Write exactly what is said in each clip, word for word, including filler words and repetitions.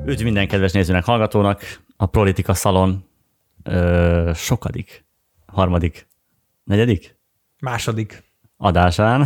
Üdv minden kedves nézőnek, hallgatónak, a Politika Szalon ö, sokadik, harmadik, negyedik? Második. Adásán.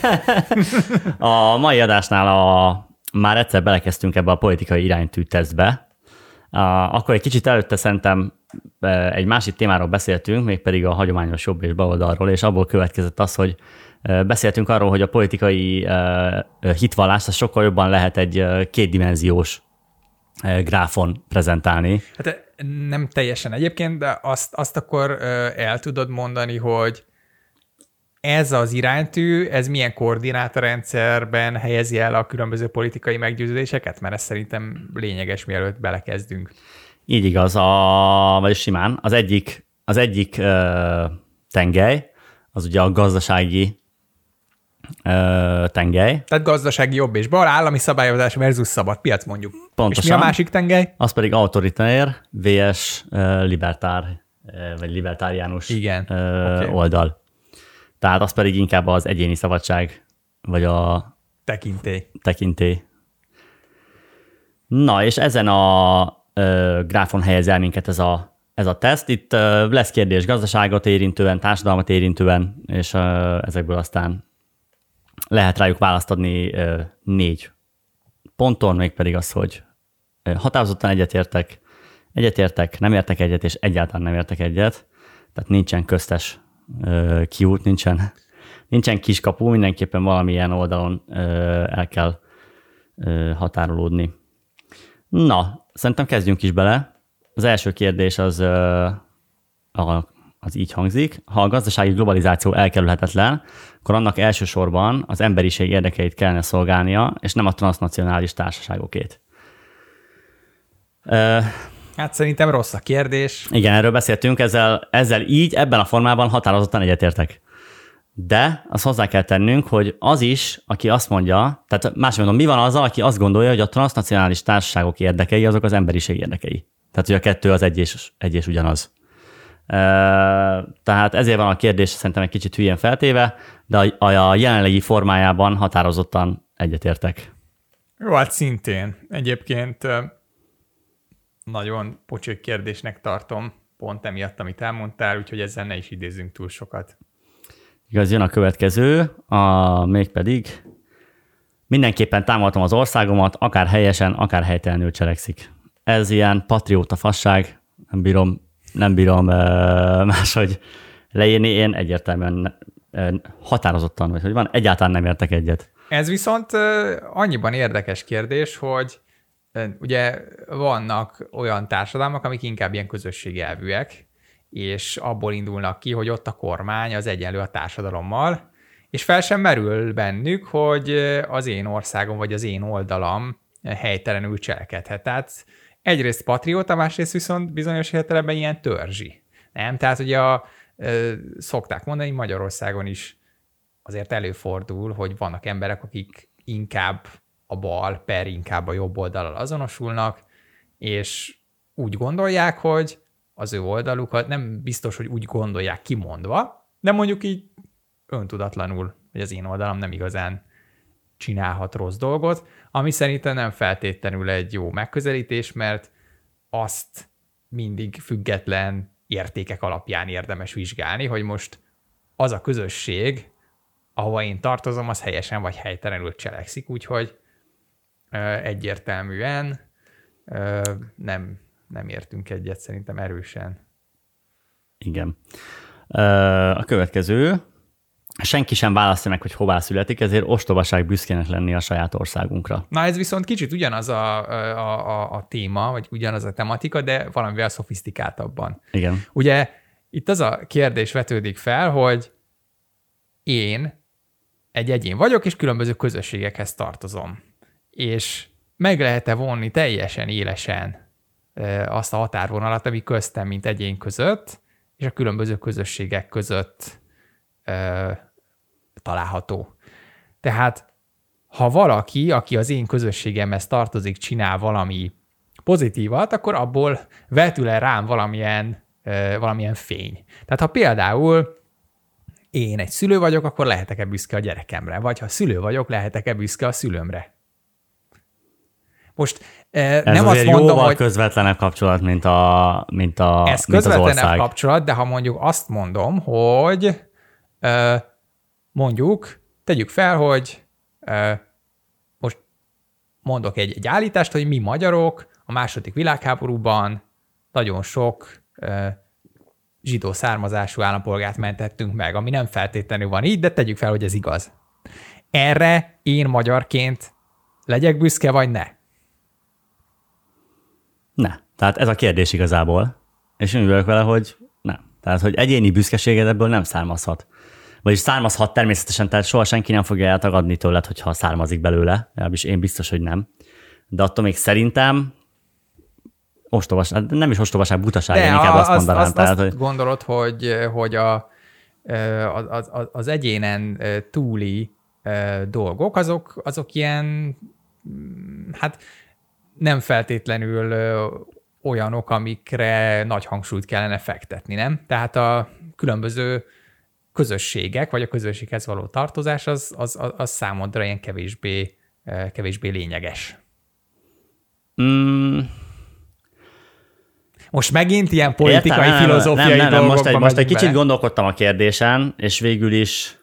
A mai adásnál a, már egyszer belekezdtünk ebbe a politikai iránytű tesztbe. A, akkor egy kicsit előtte szerintem egy másik témáról beszéltünk, mégpedig a hagyományos jobb és baloldalról, és abból következett az, hogy beszéltünk arról, hogy a politikai hitvallás az sokkal jobban lehet egy kétdimenziós gráfon prezentálni. Hát nem teljesen egyébként, de azt, azt akkor el tudod mondani, hogy ez az iránytű, ez milyen koordinátorrendszerben helyezi el a különböző politikai meggyőződéseket? Mert ez szerintem lényeges, mielőtt belekezdünk. Így igaz, a, vagy simán. Az egyik, az egyik ö, tengely, az ugye a gazdasági ö, tengely. Tehát gazdasági jobb és bal, állami szabályozás versus szabad piac mondjuk. Pontosan. És mi a másik tengely? Az pedig autoritár versus libertár, vagy libertáriánus Igen. Ö, okay. oldal. Tehát az pedig inkább az egyéni szabadság, vagy a tekintély. tekintély. Na, és ezen a ö, gráfon helyez el minket ez a, ez a teszt. Itt ö, lesz kérdés gazdaságot érintően, társadalmat érintően, és ö, ezekből aztán lehet rájuk választ adni ö, négy ponton, mégpedig az, hogy ö, határozottan egyetértek, egyetértek, nem értek egyet, és egyáltalán nem értek egyet. Tehát nincsen köztes ö, kiút, nincsen, nincsen kiskapu, mindenképpen valamilyen oldalon ö, el kell ö, határolódni. Na, szerintem kezdjünk is bele. Az első kérdés az, az így hangzik. Ha a gazdasági globalizáció elkerülhetetlen, akkor annak elsősorban az emberiség érdekeit kellene szolgálnia, és nem a transznacionális társaságokét. Hát szerintem rossz a kérdés. Igen, erről beszéltünk, ezzel, ezzel így, ebben a formában határozottan egyetértek. De azt hozzá kell tennünk, hogy az is, aki azt mondja, tehát máshogy mondom, mi van azzal, aki azt gondolja, hogy a transznacionális társaságok érdekei azok az emberiség érdekei. Tehát, hogy a kettő az egy és, egy és ugyanaz. E, tehát ezért van a kérdés szerintem egy kicsit hülyén feltéve, de a, a jelenlegi formájában határozottan egyetértek. Jó, hát szintén. Egyébként nagyon pocsék kérdésnek tartom, pont emiatt, amit elmondtál, úgyhogy ezzel ne is idézzünk túl sokat. Igaz, jön a következő, a, mégpedig mindenképpen támogatom az országomat, akár helyesen, akár helytelenül cselekszik. Ez ilyen patrióta fasság, nem bírom, nem bírom e, máshogy leírni, én egyértelműen e, határozottan, vagy hogy van, egyáltalán nem értek egyet. Ez viszont e, annyiban érdekes kérdés, hogy e, ugye vannak olyan társadalmak, amik inkább ilyen közösségi elvűek, és abból indulnak ki, hogy ott a kormány az egyenlő a társadalommal, és fel sem merül bennük, hogy az én országom vagy az én oldalam helytelenül cselekedhet. Tehát egyrészt patrióta, másrészt viszont bizonyos értelemben ilyen törzsi. Nem? Tehát ugye a, szokták mondani, Magyarországon is azért előfordul, hogy vannak emberek, akik inkább a bal per inkább a jobb oldallal azonosulnak, és úgy gondolják, hogy az ő oldalukat nem biztos, hogy úgy gondolják kimondva, de mondjuk így öntudatlanul, hogy az én oldalam nem igazán csinálhat rossz dolgot, ami szerintem nem feltétlenül egy jó megközelítés, mert azt mindig független értékek alapján érdemes vizsgálni, hogy most az a közösség, ahova én tartozom, az helyesen vagy helytelenül cselekszik, úgyhogy egyértelműen nem Nem értünk egyet, szerintem erősen. Igen. A következő. Senki sem választja meg, hogy hová születik, ezért ostobaság büszkének lenni a saját országunkra. Na ez viszont kicsit ugyanaz a, a, a, a téma, vagy ugyanaz a tematika, de valamivel szofisztikáltabban. Igen. Ugye itt az a kérdés vetődik fel, hogy én egy egyén vagyok, és különböző közösségekhez tartozom. És meg lehet-e vonni teljesen élesen azt a határvonalat, ami köztem, mint egyén között, és a különböző közösségek között ö, található. Tehát, ha valaki, aki az én közösségemhez tartozik, csinál valami pozitívat, akkor abból vetül el rám valamilyen, ö, valamilyen fény. Tehát, ha például én egy szülő vagyok, akkor lehetek-e büszke a gyerekemre? Vagy ha szülő vagyok, lehetek-e büszke a szülőmre? Most ez nem azt mondom, jóval hogy... közvetlenebb kapcsolat, mint, a, mint, a, Ez mint az ország. közvetlenebb kapcsolat, de ha mondjuk azt mondom, hogy mondjuk tegyük fel, hogy most mondok egy, egy állítást, hogy mi magyarok a második világháborúban nagyon sok zsidó származású állampolgárt mentettünk meg, ami nem feltétlenül van így, de tegyük fel, hogy ez igaz. Erre én magyarként legyek büszke, vagy ne? Ne. Tehát ez a kérdés igazából. És én ülök vele, hogy nem. Tehát, hogy egyéni büszkeséged ebből nem származhat. Vagyis származhat természetesen, tehát soha senki nem fogja eltagadni tőled, hogyha származik belőle. És én biztos, hogy nem. De attól még szerintem ostobaság, nem is ostobaság, butaság, én inkább azt mondanám. Azt, tehát, azt hogy... gondolod, hogy, hogy a, az, az, az egyénen túli dolgok, azok, azok ilyen, hát nem feltétlenül olyanok, amikre nagy hangsúlyt kellene fektetni, nem? Tehát a különböző közösségek, vagy a közösséghez való tartozás, az, az, az, az számodra ilyen kevésbé, kevésbé lényeges. Mm. Most megint ilyen politikai, Értem, filozófiai nem, nem, nem, dolgokba most egy, most egy kicsit bele. gondolkodtam a kérdésen, és végül is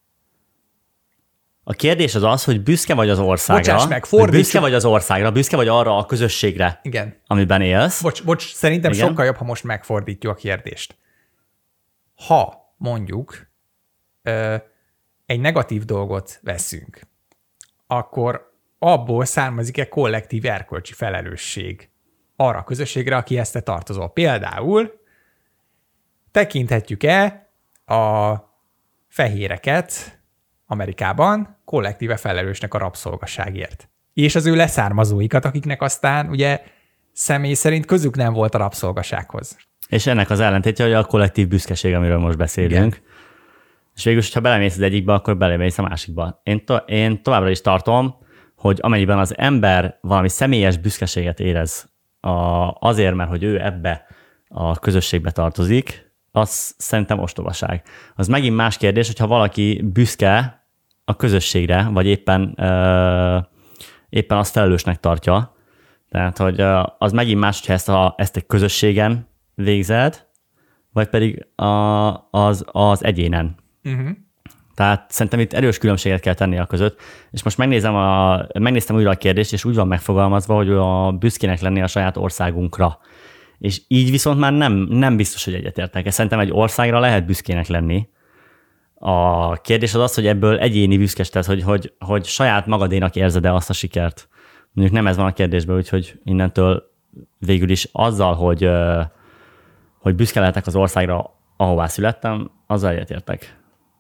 a kérdés az az, hogy büszke vagy az országra, Bocsáss meg, hogy büszke vagy az országra, büszke vagy arra a közösségre, Igen. amiben élsz. Bocs, bocs, szerintem Igen? sokkal jobb, ha most megfordítjuk a kérdést. Ha mondjuk ö, egy negatív dolgot veszünk, akkor abból származik-e kollektív erkölcsi felelősség arra a közösségre, aki ezt te tartozol. Például tekinthetjük-e a fehéreket Amerikában kollektíve felelősnek a rabszolgaságért. És az ő leszármazóikat, akiknek aztán ugye személy szerint közük nem volt a rabszolgasághoz. És ennek az ellentétje, hogy a kollektív büszkeség, amiről most beszélünk. Igen. És végül, ha belemész az egyikbe, akkor belemész a másikba. Én, to- én továbbra is tartom, hogy amennyiben az ember valami személyes büszkeséget érez a, azért, mert hogy ő ebbe a közösségbe tartozik, az szerintem ostobaság. Az megint más kérdés, hogyha valaki büszke a közösségre, vagy éppen, ö, éppen azt felelősnek tartja. Tehát, hogy az megint más, hogyha ezt, a, ezt egy közösségen végzed, vagy pedig a, az, az egyénen. Uh-huh. Tehát szerintem itt erős különbséget kell tenni a között. És most megnézem a, megnéztem újra a kérdést, és úgy van megfogalmazva, hogy a büszkének lenni a saját országunkra. És így viszont már nem, nem biztos, hogy egyetértek. Szerintem egy országra lehet büszkének lenni. A kérdés az az, hogy ebből egyéni büszkes, tehát hogy, hogy, hogy saját magadénak érzed-e azt a sikert. Mondjuk nem ez van a kérdésben, úgyhogy innentől végül is azzal, hogy, hogy büszke lehetek az országra, ahová születtem, azzal egyetértek.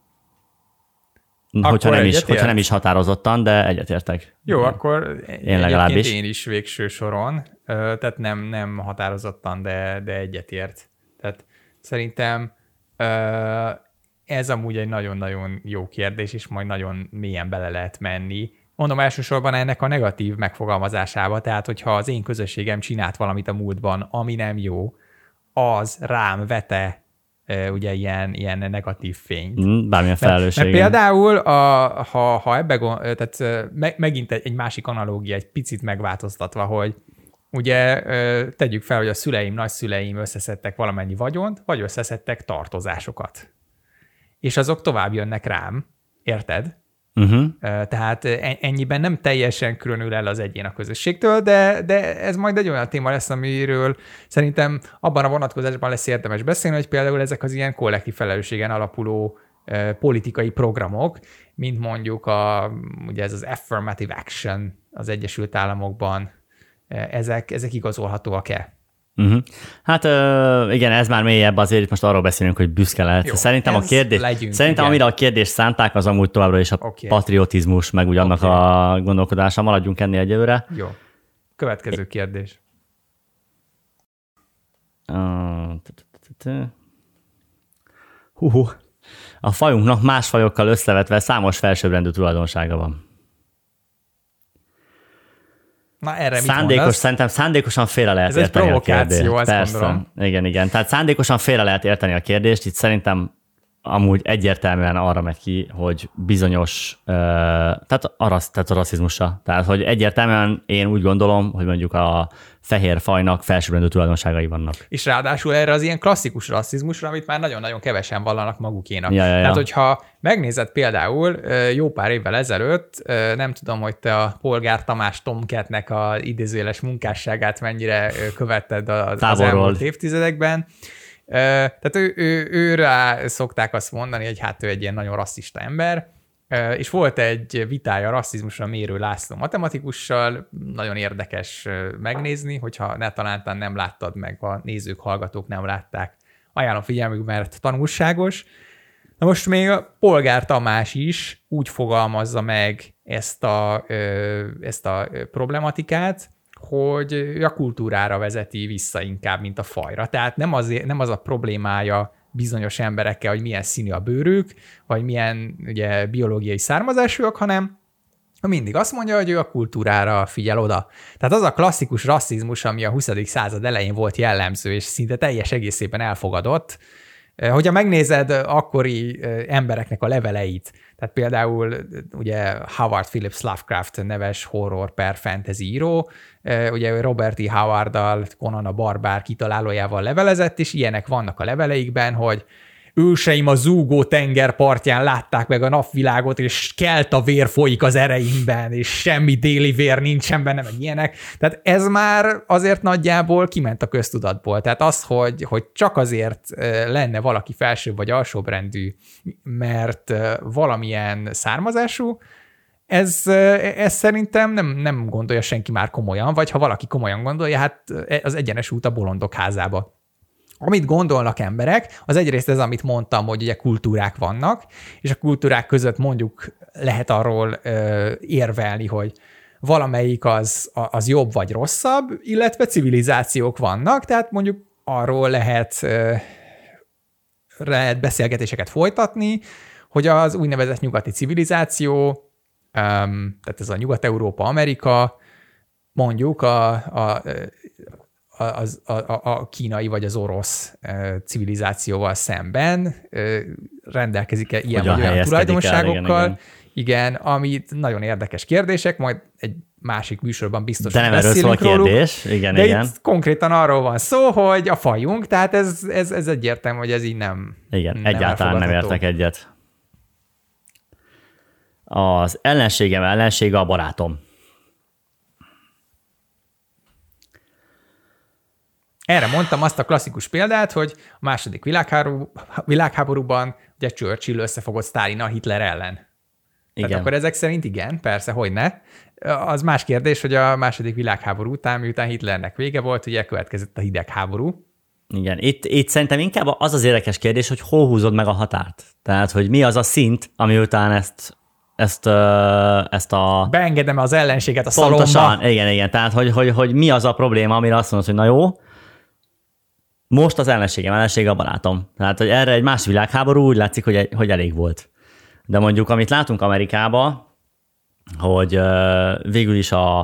Hogyha nem, is, hogyha nem is határozottan, de egyetértek. Jó, én. Akkor én legalábbis. Én is végső soron, tehát nem, nem határozottan, de, de egyetért. Tehát szerintem ez amúgy egy nagyon-nagyon jó kérdés, és majd nagyon mélyen bele lehet menni. Mondom elsősorban ennek a negatív megfogalmazásába, tehát hogyha az én közösségem csinált valamit a múltban, ami nem jó, az rám vete ugye ilyen, ilyen negatív fényt. Bármilyen felelősség. Mert, mert például, a, ha, ha ebbe gond, tehát megint egy, egy másik analógia, egy picit megváltoztatva, hogy ugye tegyük fel, hogy a szüleim, nagyszüleim összeszedtek valamennyi vagyont, vagy összeszedtek tartozásokat. És azok tovább jönnek rám, érted? Uh-huh. Tehát ennyiben nem teljesen különül el az egyén a közösségtől, de, de ez majd egy olyan téma lesz, amiről szerintem abban a vonatkozásban lesz érdemes beszélni, hogy például ezek az ilyen kollektív felelősségen alapuló politikai programok, mint mondjuk a, ugye ez az affirmative action az Egyesült Államokban, ezek, ezek igazolhatóak-e? Uh-huh. Hát uh, igen, ez már mélyebb, azért itt most arról beszélünk, hogy büszke lehet. Jó, szerintem a kérdés, legyünk, szerintem amire a kérdést szánták, az amúgy továbbra is a okay. patriotizmus, meg úgy annak okay. a gondolkodása. Maradjunk ennél egyelőre. Jó. Következő kérdés. Hú, a fajunknak más fajokkal összevetve számos felsőbbrendű tulajdonsága van. Na, erre Szándékos, szerintem szándékosan félre lehet Ez érteni a kérdést. Ez egy provokáció, ezt Persze. gondolom. Igen, igen. Tehát szándékosan félre lehet érteni a kérdést. Itt szerintem amúgy egyértelműen arra megy ki, hogy bizonyos, uh, tehát, a rassz, tehát a rasszizmusra. Tehát, hogy egyértelműen én úgy gondolom, hogy mondjuk a fehér fajnak felsőbbrendű tulajdonságai vannak. És ráadásul erre az ilyen klasszikus rasszizmusra, amit már nagyon-nagyon kevesen vallanak magukénak. Ja, ja, ja. Tehát, hogyha megnézed például jó pár évvel ezelőtt, nem tudom, hogy te a Polgár Tamás Tomcatnek a idézőjeles munkásságát mennyire követted az, az elmúlt évtizedekben. Tehát ő, ő, őre szokták azt mondani, hogy hát ő egy ilyen nagyon rasszista ember, és volt egy vitája rasszizmusra mérő László matematikussal, nagyon érdekes megnézni, hogyha ne talántán nem láttad meg, a nézők, hallgatók nem látták. Ajánlom figyelmük, mert tanulságos. Na most még a Polgár Tamás is úgy fogalmazza meg ezt a, ezt a problematikát, hogy ő a kultúrára vezeti vissza inkább, mint a fajra. Tehát nem az, nem az a problémája bizonyos emberekkel, hogy milyen színű a bőrük, vagy milyen ugye, biológiai származásúak, hanem mindig azt mondja, hogy ő a kultúrára figyel oda. Tehát az a klasszikus rasszizmus, ami a huszadik század elején volt jellemző, és szinte teljes egészében elfogadott, hogyha megnézed akkori embereknek a leveleit, tehát például ugye Howard Phillips Lovecraft neves horror per fantasy író, ugye Robert E. Howarddal, Conan a barbár kitalálójával levelezett, és ilyenek vannak a leveleikben, hogy őseim a zúgó tenger partján látták meg a napvilágot, és kelt a vér folyik az ereimben, és semmi déli vér nincsen benne, meg ilyenek. Tehát ez már azért nagyjából kiment a köztudatból. Tehát az, hogy, hogy csak azért lenne valaki felsőbb vagy alsóbbrendű, mert valamilyen származású, ez, ez szerintem nem, nem gondolja senki már komolyan, vagy ha valaki komolyan gondolja, hát az egyenes út a bolondok házába. Amit gondolnak emberek, az egyrészt ez, amit mondtam, hogy ugye kultúrák vannak, és a kultúrák között mondjuk lehet arról ö, érvelni, hogy valamelyik az, az jobb vagy rosszabb, illetve civilizációk vannak, tehát mondjuk arról lehet, ö, lehet beszélgetéseket folytatni, hogy az úgynevezett nyugati civilizáció, ö, tehát ez a Nyugat-Európa, Amerika, mondjuk a, a Az, a, a kínai vagy az orosz civilizációval szemben rendelkezik-e ilyen vagy olyan tulajdonságokkal. El, igen, igen. igen, amit nagyon érdekes kérdések, majd egy másik műsorban biztos, hogy beszélünk róluk. Kérdés. Igen, de igen. Itt konkrétan arról van szó, hogy a fajunk, tehát ez, ez, ez egyértelmű, hogy ez így nem Igen, nem egyáltalán nem értek egyet. Az ellenségem ellensége a barátom. Erre mondtam azt a klasszikus példát, hogy a második világháború, világháborúban ugye Churchill összefogott Sztálinnal Hitler ellen. Igen. Tehát akkor ezek szerint igen, persze, hogyne. Az más kérdés, hogy a második világháború után, miután Hitlernek vége volt, ugye következett a hidegháború. Igen, itt, itt szerintem inkább az az érdekes kérdés, hogy hol húzod meg a határt. Tehát, hogy mi az a szint, ami után ezt Ezt, ezt a... Beengedem az ellenséget a Pontosan, szalomba. Igen, igen. Tehát, hogy, hogy, hogy mi az a probléma, amire azt mondod, hogy na jó, most az ellenségem, ellensége a barátom. Tehát, hogy erre egy más világháború úgy látszik, hogy, hogy elég volt. De mondjuk, amit látunk Amerikában, hogy végül is a,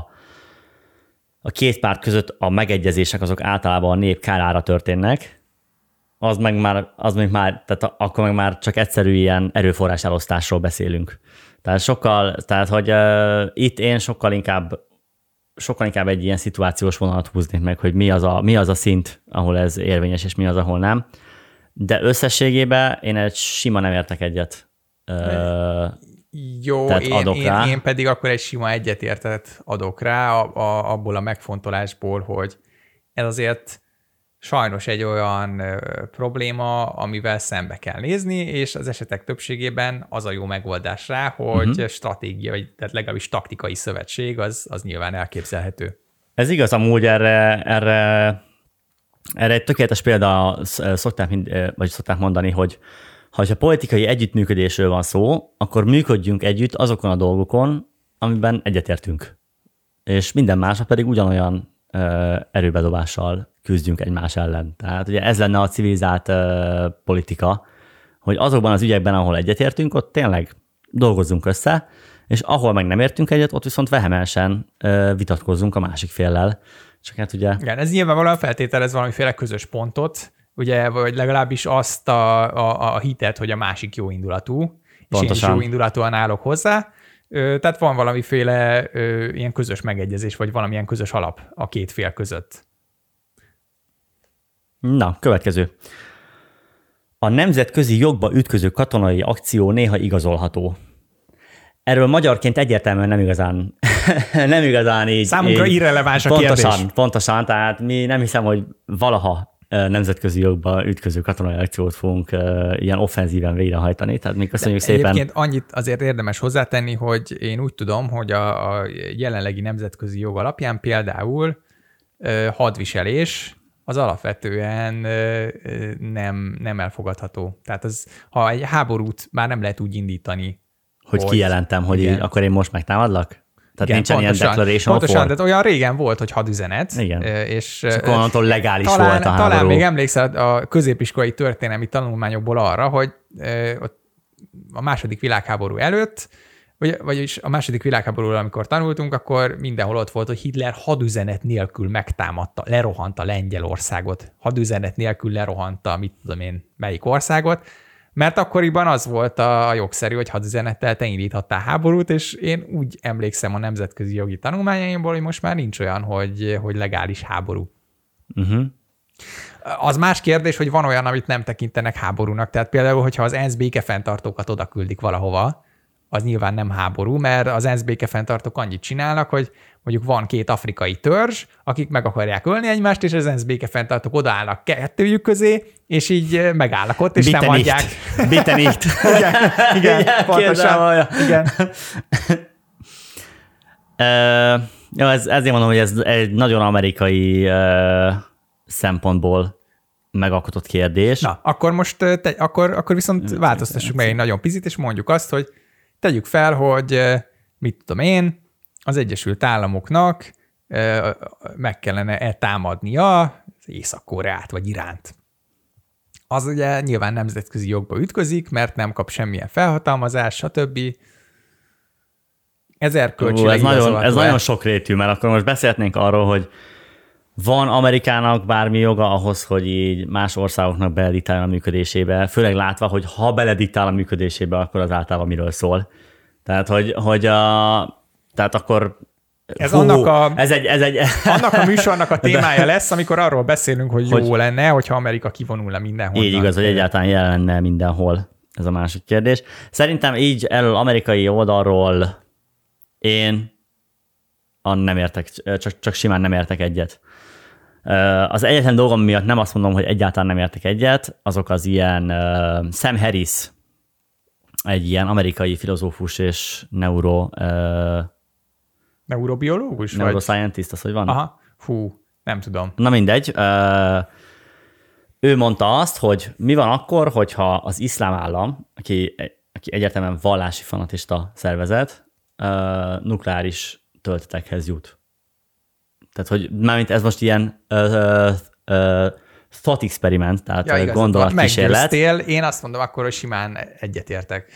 a két párt között a megegyezések azok általában a nép kárára történnek, az meg már, az meg már, tehát akkor meg már csak egyszerű ilyen erőforrás elosztásról beszélünk. Tehát sokkal, tehát hogy uh, itt én sokkal inkább sokkal inkább egy ilyen szituációs vonalat húznék meg, hogy mi az, a, mi az a szint, ahol ez érvényes, és mi az, ahol nem. De összességében én egy sima nem értek egyet. Uh, Jó, én, én, én pedig akkor egy sima egyetértet adok rá a, a, abból a megfontolásból, hogy ez azért sajnos egy olyan ö, probléma, amivel szembe kell nézni, és az esetek többségében az a jó megoldás rá, hogy uh-huh. stratégia, vagy tehát legalábbis taktikai szövetség, az, az nyilván elképzelhető. Ez igaz, amúgy erre, erre, erre egy tökéletes példa szokták, vagy szokták mondani, hogy ha a politikai együttműködésről van szó, akkor működjünk együtt azokon a dolgokon, amiben egyetértünk. És minden másra pedig ugyanolyan ö, erőbedobással küzdjünk egymás ellen. Tehát ugye ez lenne a civilizált ö, politika, hogy azokban az ügyekben, ahol egyetértünk, ott tényleg dolgozzunk össze, és ahol meg nem értünk egyet, ott viszont vehemensen ö, vitatkozzunk a másik féllel. Csak hát ugye... Igen, ez nyilvánvalóan feltételez valamiféle közös pontot, ugye, vagy legalábbis azt a, a, a hitet, hogy a másik jó indulatú, és én is jó indulatúan állok hozzá. Tehát van valamiféle ilyen közös megegyezés, vagy valamilyen közös alap a két fél között. Na, következő. A nemzetközi jogba ütköző katonai akció néha igazolható. Erről magyarként egyértelműen nem igazán, nem igazán így. Számunkra így, irreleváns a pontosan, kérdés. Pontosan, tehát mi nem hiszem, hogy valaha nemzetközi jogba ütköző katonai akciót fogunk ilyen offenzíven végrehajtani, tehát mi köszönjük De szépen. Egyébként annyit azért érdemes hozzátenni, hogy én úgy tudom, hogy a, a jelenlegi nemzetközi jog alapján például hadviselés az alapvetően nem, nem elfogadható. Tehát az, ha egy háborút már nem lehet úgy indítani, hogy, hogy kijelentem, hogy így, akkor én most megtámadlak? Tehát igen, nincsen pontosan, ilyen declaration pontosan, of war? de olyan régen volt, hogy hadüzenet. Igen. És, és akkor onnantól legális talán, volt a háború. Talán még emlékszel a középiskolai történelmi tanulmányokból arra, hogy a második világháború előtt, vagy, vagyis a második világháborúról, amikor tanultunk, akkor mindenhol ott volt, hogy Hitler hadüzenet nélkül megtámadta, lerohanta Lengyelországot. Hadüzenet nélkül lerohanta, mit tudom én, melyik országot, mert akkoriban az volt a jogszerű, hogy hadüzenettel te indíthattál háborút, és én úgy emlékszem a nemzetközi jogi tanulmányaimból, hogy most már nincs olyan, hogy, hogy legális háború. Uh-huh. Az más kérdés, hogy van olyan, amit nem tekintenek háborúnak. Tehát például, hogyha az ENSZ békefenntartókat oda küldik valahova, az nyilván nem háború, mert az ENSZ békefenntartók annyit csinálnak, hogy mondjuk van két afrikai törzs, akik meg akarják ölni egymást, és az ENSZ békefenntartók odaállnak kettőjük közé, és így megállnak ott, és Bitte nem nicht. adják. Bitte nicht. igen, igen, igen pontosan. Igen. uh, ja, ez, ezért mondom, hogy ez egy nagyon amerikai uh, szempontból megalkotott kérdés. Na, akkor most te, akkor, akkor viszont változtassuk meg egy nagyon picit, és mondjuk azt, hogy tegyük fel, hogy mit tudom én, az Egyesült Államoknak meg kellene támadnia az Észak-Koreát, vagy Iránt. Az ugye nyilván nemzetközi jogba ütközik, mert nem kap semmilyen felhatalmazást, stb. Ez erkölcsileg ez nagyon, ez nagyon sokrétű, mert akkor most beszélhetnénk arról, hogy van Amerikának bármi joga ahhoz, hogy így más országoknak belediktáljon a működésébe, főleg látva, hogy ha belediktál a működésébe, akkor az általában miről szól. Tehát, hogy, hogy a, tehát akkor... Ez, hú, annak, a, ez, egy, ez egy... annak a műsornak a témája lesz, amikor arról beszélünk, hogy jó hogy, lenne, hogyha Amerika kivonulna mindenhol. Így igaz, hogy egyáltalán jelen lenne mindenhol. Ez a másik kérdés. Szerintem így elől amerikai oldalról én nem értek, csak, csak simán nem értek egyet. Az egyetlen dolgom miatt nem azt mondom, hogy egyáltalán nem értek egyet, azok az ilyen uh, Sam Harris, egy ilyen amerikai filozófus és neuro... Uh, Neurobiológus? Neuroscientist, az hogy van? Aha, hú, nem tudom. Na mindegy. Uh, ő mondta azt, hogy mi van akkor, hogyha az iszlám állam, aki, aki egyértelműen vallási fanatista szervezet, uh, nukleáris töltetekhez jut. Tehát, hogy mármint ez most ilyen uh, uh, uh, thought experiment, tehát ja, igaz, gondolatkísérlet. Meggyőztél, én azt mondom akkor, hogy simán egyetértek.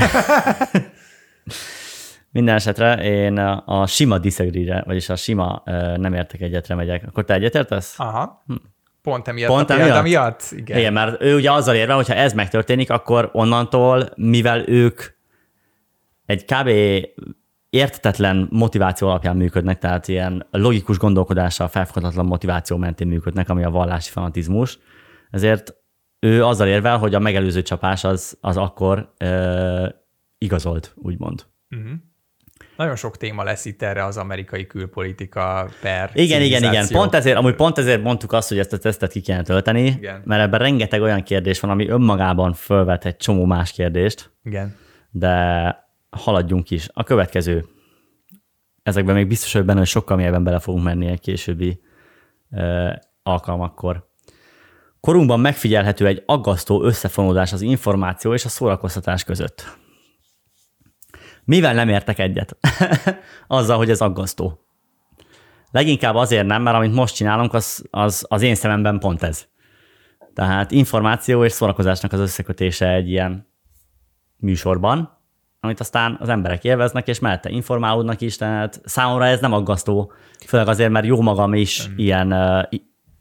Minden esetre én a sima disagree-re, vagyis a sima uh, nem értek egyetre megyek. Akkor te egyetértesz? Aha. Hm. Pont emiatt Pont a példa miatt? Igen. Igen, mert ő ugye azzal érve, hogyha ez megtörténik, akkor onnantól, mivel ők egy kb. Értetetlen motiváció alapján működnek, tehát ilyen logikus gondolkodással felfoghatatlan motiváció mentén működnek, ami a vallási fanatizmus. Ezért ő azzal érvel, hogy a megelőző csapás az, az akkor ö, igazolt, úgymond. Uh-huh. Nagyon sok téma lesz itt erre az amerikai külpolitika per Igen, igen, igen. Pont ezért, amúgy pont ezért mondtuk azt, hogy ezt a tesztet ki kellene tölteni, igen. Mert ebben rengeteg olyan kérdés van, ami önmagában fölvet egy csomó más kérdést. Igen. De haladjunk is. A következő. Ezekben még biztos, hogy benne, hogy sokkal mélyebben bele fogunk menni egy későbbi uh, alkalmakkor. Korunkban megfigyelhető egy aggasztó összefonódás az információ és a szórakoztatás között. Mivel nem értek egyet? Azzal, hogy ez aggasztó. Leginkább azért nem, mert amit most csinálunk, az, az, az én szememben pont ez. Tehát információ és szórakozásnak az összekötése egy ilyen műsorban, amit aztán az emberek élveznek, és mellette informálódnak is, tehát számomra ez nem aggasztó, főleg azért, mert jó magam is mm. ilyen uh,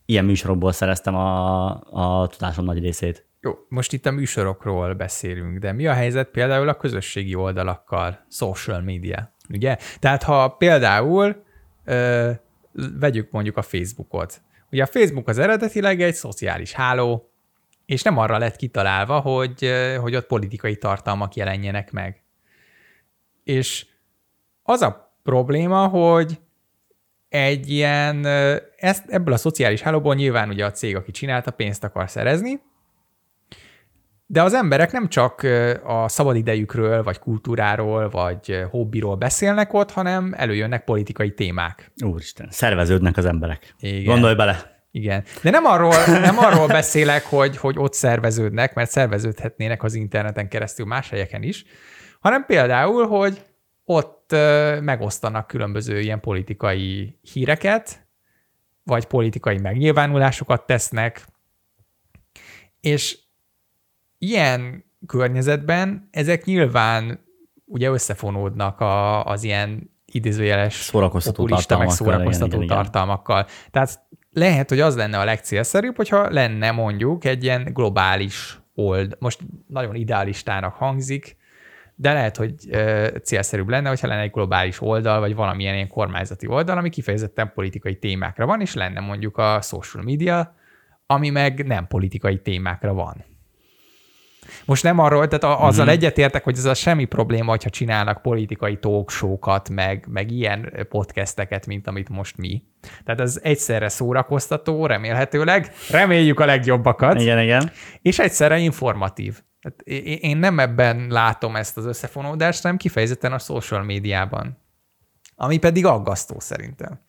ilyen műsorokból szereztem a, a tudásom nagy részét. Jó, most itt a műsorokról beszélünk, de mi a helyzet például a közösségi oldalakkal, social media, ugye? Tehát ha például ö, vegyük mondjuk a Facebookot. Ugye a Facebook az eredetileg egy szociális háló, és nem arra lett kitalálva, hogy, hogy ott politikai tartalmak jelenjenek meg. És az a probléma, hogy egy ilyen, ezt, ebből a szociális hálóból nyilván ugye a cég, aki csinálta, pénzt akar szerezni, de az emberek nem csak a szabadidejükről, vagy kultúráról, vagy hobbiról beszélnek ott, hanem előjönnek politikai témák. Úristen, szerveződnek az emberek. Igen. Gondolj bele. Igen. De nem arról, nem arról beszélek, hogy, hogy ott szerveződnek, mert szerveződhetnének az interneten keresztül más helyeken is, hanem például, hogy ott megosztanak különböző ilyen politikai híreket, vagy politikai megnyilvánulásokat tesznek, és ilyen környezetben ezek nyilván ugye összefonódnak a, az ilyen idézőjeles szórakoztató populista, meg szórakoztató igen, igen, tartalmakkal. Igen. Tehát lehet, hogy az lenne a legcélszerűbb, hogyha lenne mondjuk egy ilyen globális old, most nagyon idealistának hangzik, de lehet, hogy e, célszerűbb lenne, hogyha lenne egy globális oldal, vagy valamilyen ilyen kormányzati oldal, ami kifejezetten politikai témákra van, és lenne mondjuk a social media, ami meg nem politikai témákra van. Most nem arról, tehát azzal uh-huh. egyetértek, hogy ez a semmi probléma, hogyha csinálnak politikai talkshow-kat, meg, meg ilyen podcasteket, mint amit most mi. Tehát ez egyszerre szórakoztató, remélhetőleg, reméljük a legjobbakat. Igen, igen. És egyszerre informatív. Én nem ebben látom ezt az összefonódást, hanem kifejezetten a social médiában, ami pedig aggasztó szerintem.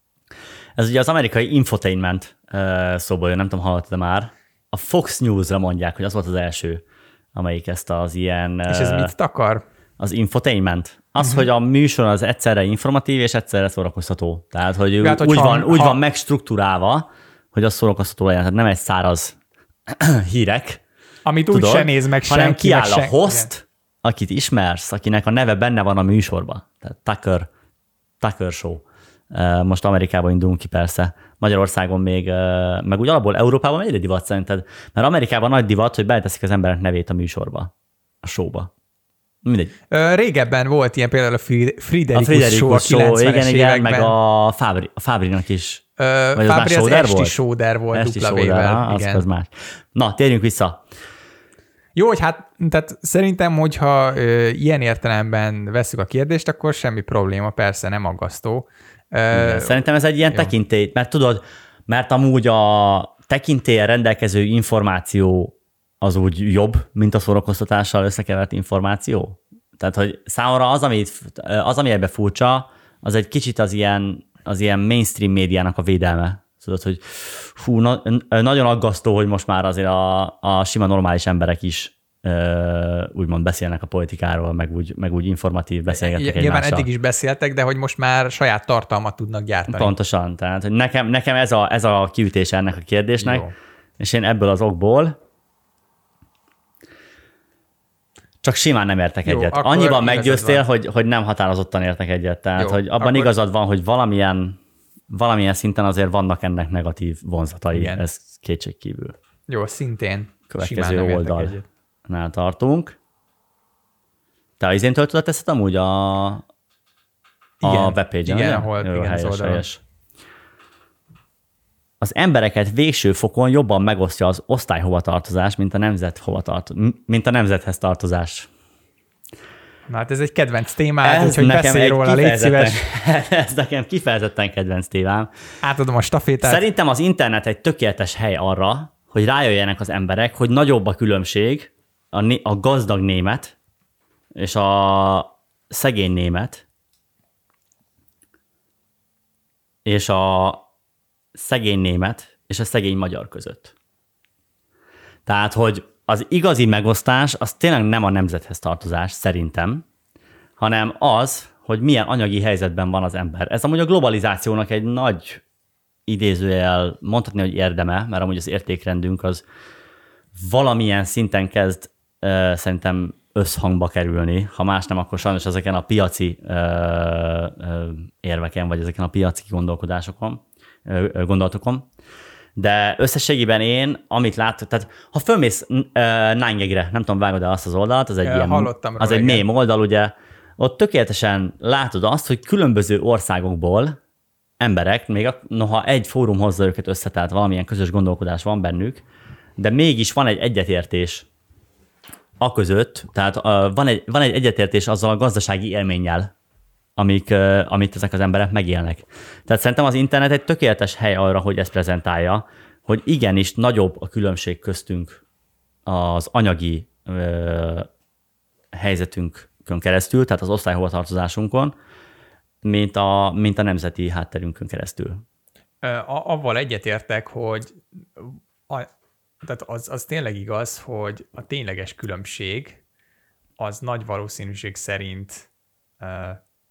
Ez ugye az amerikai infotainment szóból jön, nem tudom, hallottad már. A Fox News-ra mondják, hogy az volt az első, amelyik ezt az ilyen... És ez mit takar? Az infotainment. Az, uh-huh. hogy a műsor az egyszerre informatív és egyszerre szórakoztató. Tehát, hogy hát, úgy, ha, van, úgy ha... van megstruktúrálva, hogy az szórakoztató legyen. Tehát nem egy száraz hírek, amit úgy se néz meg senki. Hanem kiáll meg a host, igen. akit ismersz, akinek a neve benne van a műsorban. Tehát Tucker, Tucker Show. Most Amerikában indulunk ki persze. Magyarországon még, meg úgy alapból Európában mennyire divat szerinted? Mert Amerikában nagy divat, hogy beleteszik az emberek nevét a műsorba, a showba. Mindegy. Régebben volt ilyen például a Friderikus, a Friderikus show a kilencvenes igen, években. Igen, meg a Fábri, a Fábrinak is. Vagy Fábri az, az esti Sóder volt, esti dupla vével. Az, az más. Na, térjünk vissza. Jó, hogy hát tehát szerintem, hogyha ö, ilyen értelemben veszük a kérdést, akkor semmi probléma, persze nem aggasztó. Igen, szerintem ez egy ilyen jó. tekintély, mert tudod, mert amúgy a tekintélyen rendelkező információ az úgy jobb, mint a szórakoztatással összekevert információ. Tehát, hogy számomra az, ami, az, ami ebbe furcsa, az egy kicsit az ilyen, az ilyen mainstream médiának a védelme. Tudod, hogy hú, na, nagyon aggasztó, hogy most már azért a, a sima normális emberek is Uh, úgymond beszélnek a politikáról, meg úgy, meg úgy informatív beszélgetnek egymással. Nyilván eddig is beszéltek, de hogy most már saját tartalmat tudnak gyártani. Pontosan. Tehát hogy nekem, nekem ez, a, ez a kiütése ennek a kérdésnek, jó. És én ebből az okból csak simán nem értek jó, egyet. Annyiban meggyőztél, hogy, hogy nem határozottan értek egyet. Tehát, jó, hogy abban akkor... igazad van, hogy valamilyen, valamilyen szinten azért vannak ennek negatív vonzatai. Igen. Ez kétségkívül. Jó, szintén. Következő oldal. Nál tartunk. Te az én töltödet teszed amúgy a, a webpage-en? Igen, ahol Jó, igen, helyes, az helyes. Az embereket végső fokon jobban megosztja az osztályhovatartozás, mint a, nemzet hovatart, mint a nemzethez tartozás. Na hát ez egy kedvenc témád, úgyhogy beszélj róla, légy szíves. Ez nekem kifejezetten kedvenc témám. Átadom a stafétát. Szerintem az internet egy tökéletes hely arra, hogy rájöjjenek az emberek, hogy nagyobb a különbség a, né- a gazdag német és a szegény német és a szegény német és a szegény magyar között. Tehát, hogy az igazi megosztás az tényleg nem a nemzethez tartozás, szerintem, hanem az, hogy milyen anyagi helyzetben van az ember. Ez amúgy a globalizációnak egy nagy idézőjel mondhatni, hogy érdeme, mert amúgy az értékrendünk az valamilyen szinten kezd uh, szerintem összhangba kerülni. Ha más nem, akkor sajnos ezeken a piaci uh, uh, érveken, vagy ezeken a piaci gondolkodásokon, uh, gondolatokon. De összességében én, amit látok, tehát ha fölmész uh, nine gag-re, nem tudom, vágod-e azt az oldalt, az egy, Ja, ilyen, hallottam az róla, egy igen. mém oldal, ugye, ott tökéletesen látod azt, hogy különböző országokból emberek, még a, noha egy fórum hozza őket össze, tehát valamilyen közös gondolkodás van bennük, de mégis van egy egyetértés a között, tehát uh, van, egy, van egy egyetértés azzal a gazdasági élménnyel, amik, uh, amit ezek az emberek megélnek. Tehát szerintem az internet egy tökéletes hely arra, hogy ezt prezentálja, hogy igenis nagyobb a különbség köztünk az anyagi uh, helyzetünkön keresztül, tehát az osztályhovatartozásunkon, mint a, mint a nemzeti hátterünkön keresztül. A, avval egyetértek, hogy a, tehát az, az tényleg igaz, hogy a tényleges különbség az nagy valószínűség szerint uh,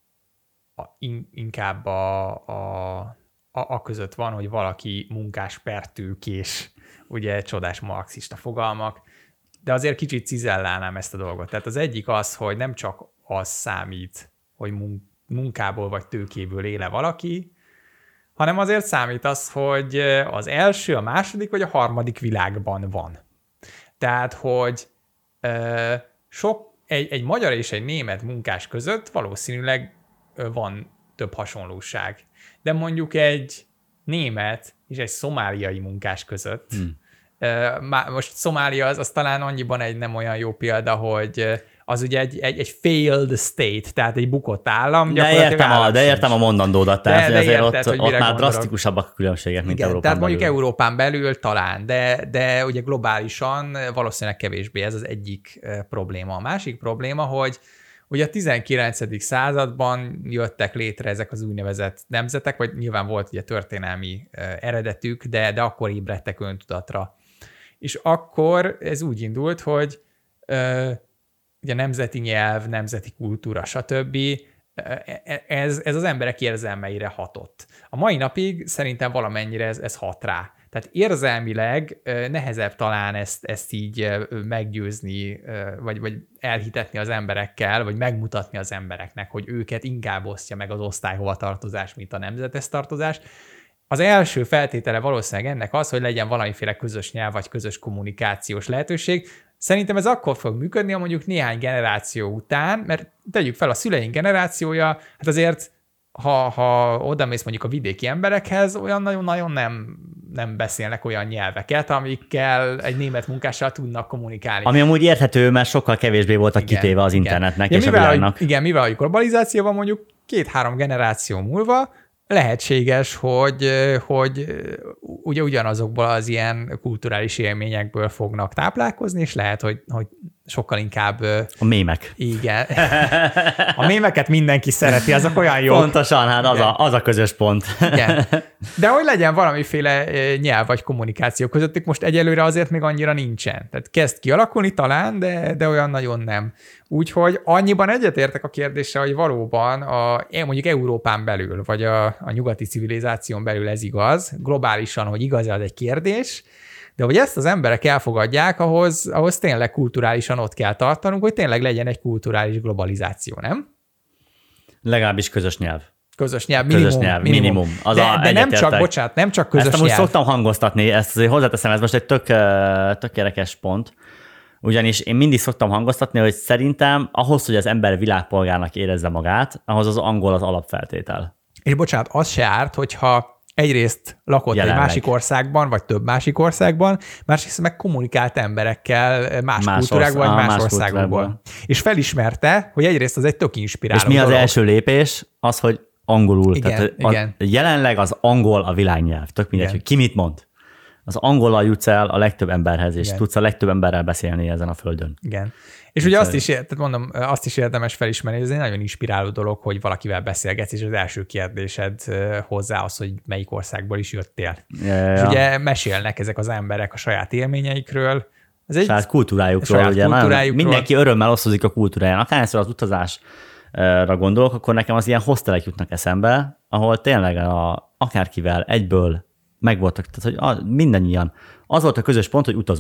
a, in, inkább a, a, a, a között van, hogy valaki munkás per tőkés, ugye csodás marxista fogalmak, de azért kicsit cizellálnám ezt a dolgot. Tehát az egyik az, hogy nem csak az számít, hogy mun- munkából vagy tőkéből éle valaki, hanem azért számít az, hogy az első, a második vagy a harmadik világban van. Tehát, hogy ö, sok, egy, egy magyar és egy német munkás között valószínűleg van több hasonlóság. De mondjuk egy német és egy szomáliai munkás között, hmm. ö, most Szomália az, az talán annyiban egy nem olyan jó példa, hogy az ugye egy, egy, egy failed state, tehát egy bukott állam. De értem, a, de értem a mondandódat, tehát de, de azért érted, ott, ott már gondolok. drasztikusabbak a különbségek, mint Igen, Európán tehát belül. mondjuk Európán belül talán, de, de ugye globálisan valószínűleg kevésbé, ez az egyik probléma. A másik probléma, hogy ugye a tizenkilencedik században jöttek létre ezek az úgynevezett nemzetek, vagy nyilván volt ugye történelmi eredetük, de, de akkor ébredtek öntudatra. És akkor ez úgy indult, hogy ugye nemzeti nyelv, nemzeti kultúra, stb. Ez, ez az emberek érzelmeire hatott. A mai napig szerintem valamennyire ez, ez hat rá. Tehát érzelmileg nehezebb talán ezt, ezt így meggyőzni, vagy, vagy elhitetni az emberekkel, vagy megmutatni az embereknek, hogy őket inkább osztja meg az osztályhovatartozás, mint a nemzetes tartozás. Az első feltétele valószínűleg ennek az, hogy legyen valamiféle közös nyelv, vagy közös kommunikációs lehetőség. Szerintem ez akkor fog működni, ha mondjuk néhány generáció után, mert tegyük fel, a szüleink generációja, hát azért, ha, ha odamész mondjuk a vidéki emberekhez, olyan nagyon-nagyon nem, nem beszélnek olyan nyelveket, amikkel egy német munkással tudnak kommunikálni. Ami amúgy érthető, mert sokkal kevésbé voltak igen, kitéve az igen. internetnek ja, és mivel, a világnak. Hogy, igen, mivel a globalizáció van mondjuk két-három generáció múlva, lehetséges, hogy, hogy ugye ugyanazokból az ilyen kulturális élményekből fognak táplálkozni, és lehet, hogy, hogy sokkal inkább... A mémek. Igen. A mémeket mindenki szereti, azok olyan jó. Pontosan, hát az a, az a közös pont. Igen. De hogy legyen valamiféle nyelv vagy kommunikáció közöttük, most egyelőre azért még annyira nincsen. Tehát kezd kialakulni talán, de, de olyan nagyon nem. Úgyhogy annyiban egyetértek a kérdéssel, hogy valóban a, mondjuk Európán belül, vagy a, a nyugati civilizáción belül ez igaz, globálisan, hogy igaz, az egy kérdés, de hogy ezt az emberek elfogadják, ahhoz, ahhoz tényleg kulturálisan ott kell tartanunk, hogy tényleg legyen egy kulturális globalizáció, nem? Legalábbis közös nyelv. Közös nyelv, minimum. Közös nyelv, minimum. minimum. Az de, a de nem csak, bocsánat, nem csak közös ezt nyelv. Ezt amúgy nyelv. szoktam hangoztatni, ezt azért hozzáteszem, ez most egy tök, tök érdekes pont, ugyanis én mindig szoktam hangoztatni, hogy szerintem ahhoz, hogy az ember világpolgárnak érezze magát, ahhoz az angol az alapfeltétel. És bocsánat, az se árt, hogyha egyrészt lakott Jelenleg. egy másik országban, vagy több másik országban, másrészt meg kommunikált emberekkel más, más kultúrákban, vagy más, más országokból. És felismerte, hogy egyrészt az egy tök inspiráló És mi az dolog. első lépés? Az, hogy angolul. Igen, Tehát igen. A, jelenleg az angol a világnyelv. Tök mindegy, hogy ki mit mond. Az angollal jutsz el a legtöbb emberhez, és igen. tudsz a legtöbb emberrel beszélni ezen a földön. Igen. És ugye azt is, tehát mondom, azt is érdemes felismerni, hogy ez egy nagyon inspiráló dolog, hogy valakivel beszélgetsz, és az első kérdésed hozzá az, hogy melyik országból is jöttél. Ja, ja. És ugye mesélnek ezek az emberek a saját élményeikről. Ez egy saját kultúrájukról. Saját ugye, kultúrájukról. Mindenki örömmel osztozik a kultúráján. Akárhányszor az utazásra gondolok, akkor nekem az ilyen hostelek jutnak eszembe, ahol tényleg a, akárkivel egyből megvoltak, tehát hogy mindannyian. Az volt a közös pont, hogy utazunk.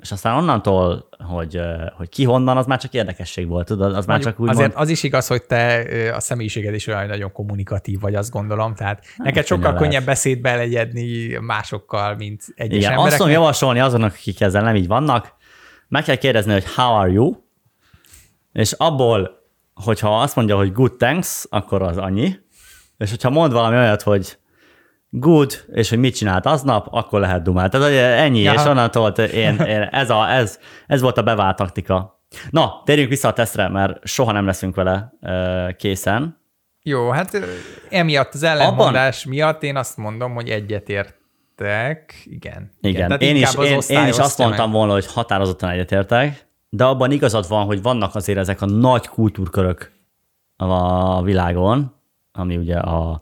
és aztán onnantól, hogy, hogy ki honnan, az már csak érdekesség volt, tudod? Az már csak úgy azért mond... az is igaz, hogy te a személyiséged is olyan nagyon kommunikatív vagy, azt gondolom, tehát hát, neked sokkal lehet. könnyebb beszédbe legyedni másokkal, mint egyes Igen, embereknek. azt tudom javasolni azonnak, akik ezzel nem így vannak, meg kell kérdezni, hogy how are you, és abból, hogyha azt mondja, hogy good thanks, akkor az annyi, és hogyha mond valami olyat, hogy good, és hogy mit csinált aznap, akkor lehet dumál. Tehát ennyi, Jaha. És onnantól én, én ez, a, ez, ez volt a bevált taktika. Na, térjünk vissza a tesztre, mert soha nem leszünk vele készen. Jó, hát emiatt az ellentmondás Abban... miatt én azt mondom, hogy egyetértek. Igen. Igen, igen. Én, is, én, én is azt mondtam volna, hogy határozottan egyetértek, de abban igazad van, hogy vannak azért ezek a nagy kultúrkörök a világon, ami ugye a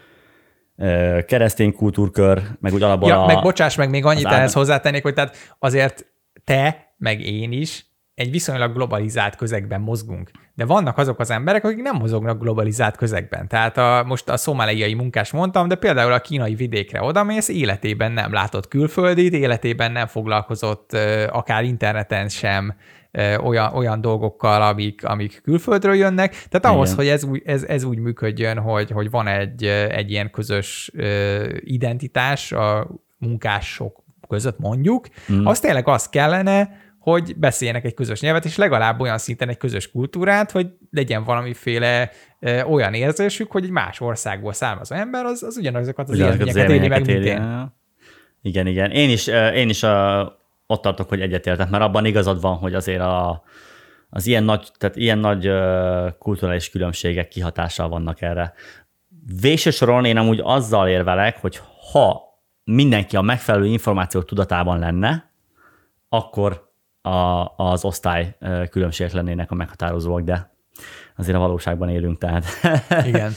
keresztény kultúrkör, meg úgy alapból ja, a... meg bocsáss meg, még annyit ehhez át... hozzátennék, hogy tehát azért te, meg én is egy viszonylag globalizált közegben mozgunk. De vannak azok az emberek, akik nem mozognak globalizált közegben. Tehát a, most a szomáliai munkás mondtam, de például a kínai vidékre odamész, életében nem látott külföldit, életében nem foglalkozott akár interneten sem olyan, olyan dolgokkal, amik, amik külföldről jönnek. Tehát ahhoz, igen. hogy ez, ez, ez úgy működjön, hogy, hogy van egy, egy ilyen közös identitás a munkások között mondjuk, mm. az tényleg az kellene, hogy beszéljenek egy közös nyelvet, és legalább olyan szinten egy közös kultúrát, hogy legyen valamiféle ö, olyan érzésük, hogy egy más országból származó ember, az, az ugyanazokat az ugyanazokat élményeket éli meg, mint én. Igen, igen. Én is, én is a, ott tartok, hogy egyetértek, mert abban igazad van, hogy azért a, az ilyen nagy, tehát ilyen nagy uh, kulturális különbségek kihatással vannak erre. Végső soron én amúgy azzal érvelek, hogy ha mindenki a megfelelő információ tudatában lenne, akkor a, az osztály különbségek lennének a meghatározóak, de azért a valóságban élünk, tehát. Igen.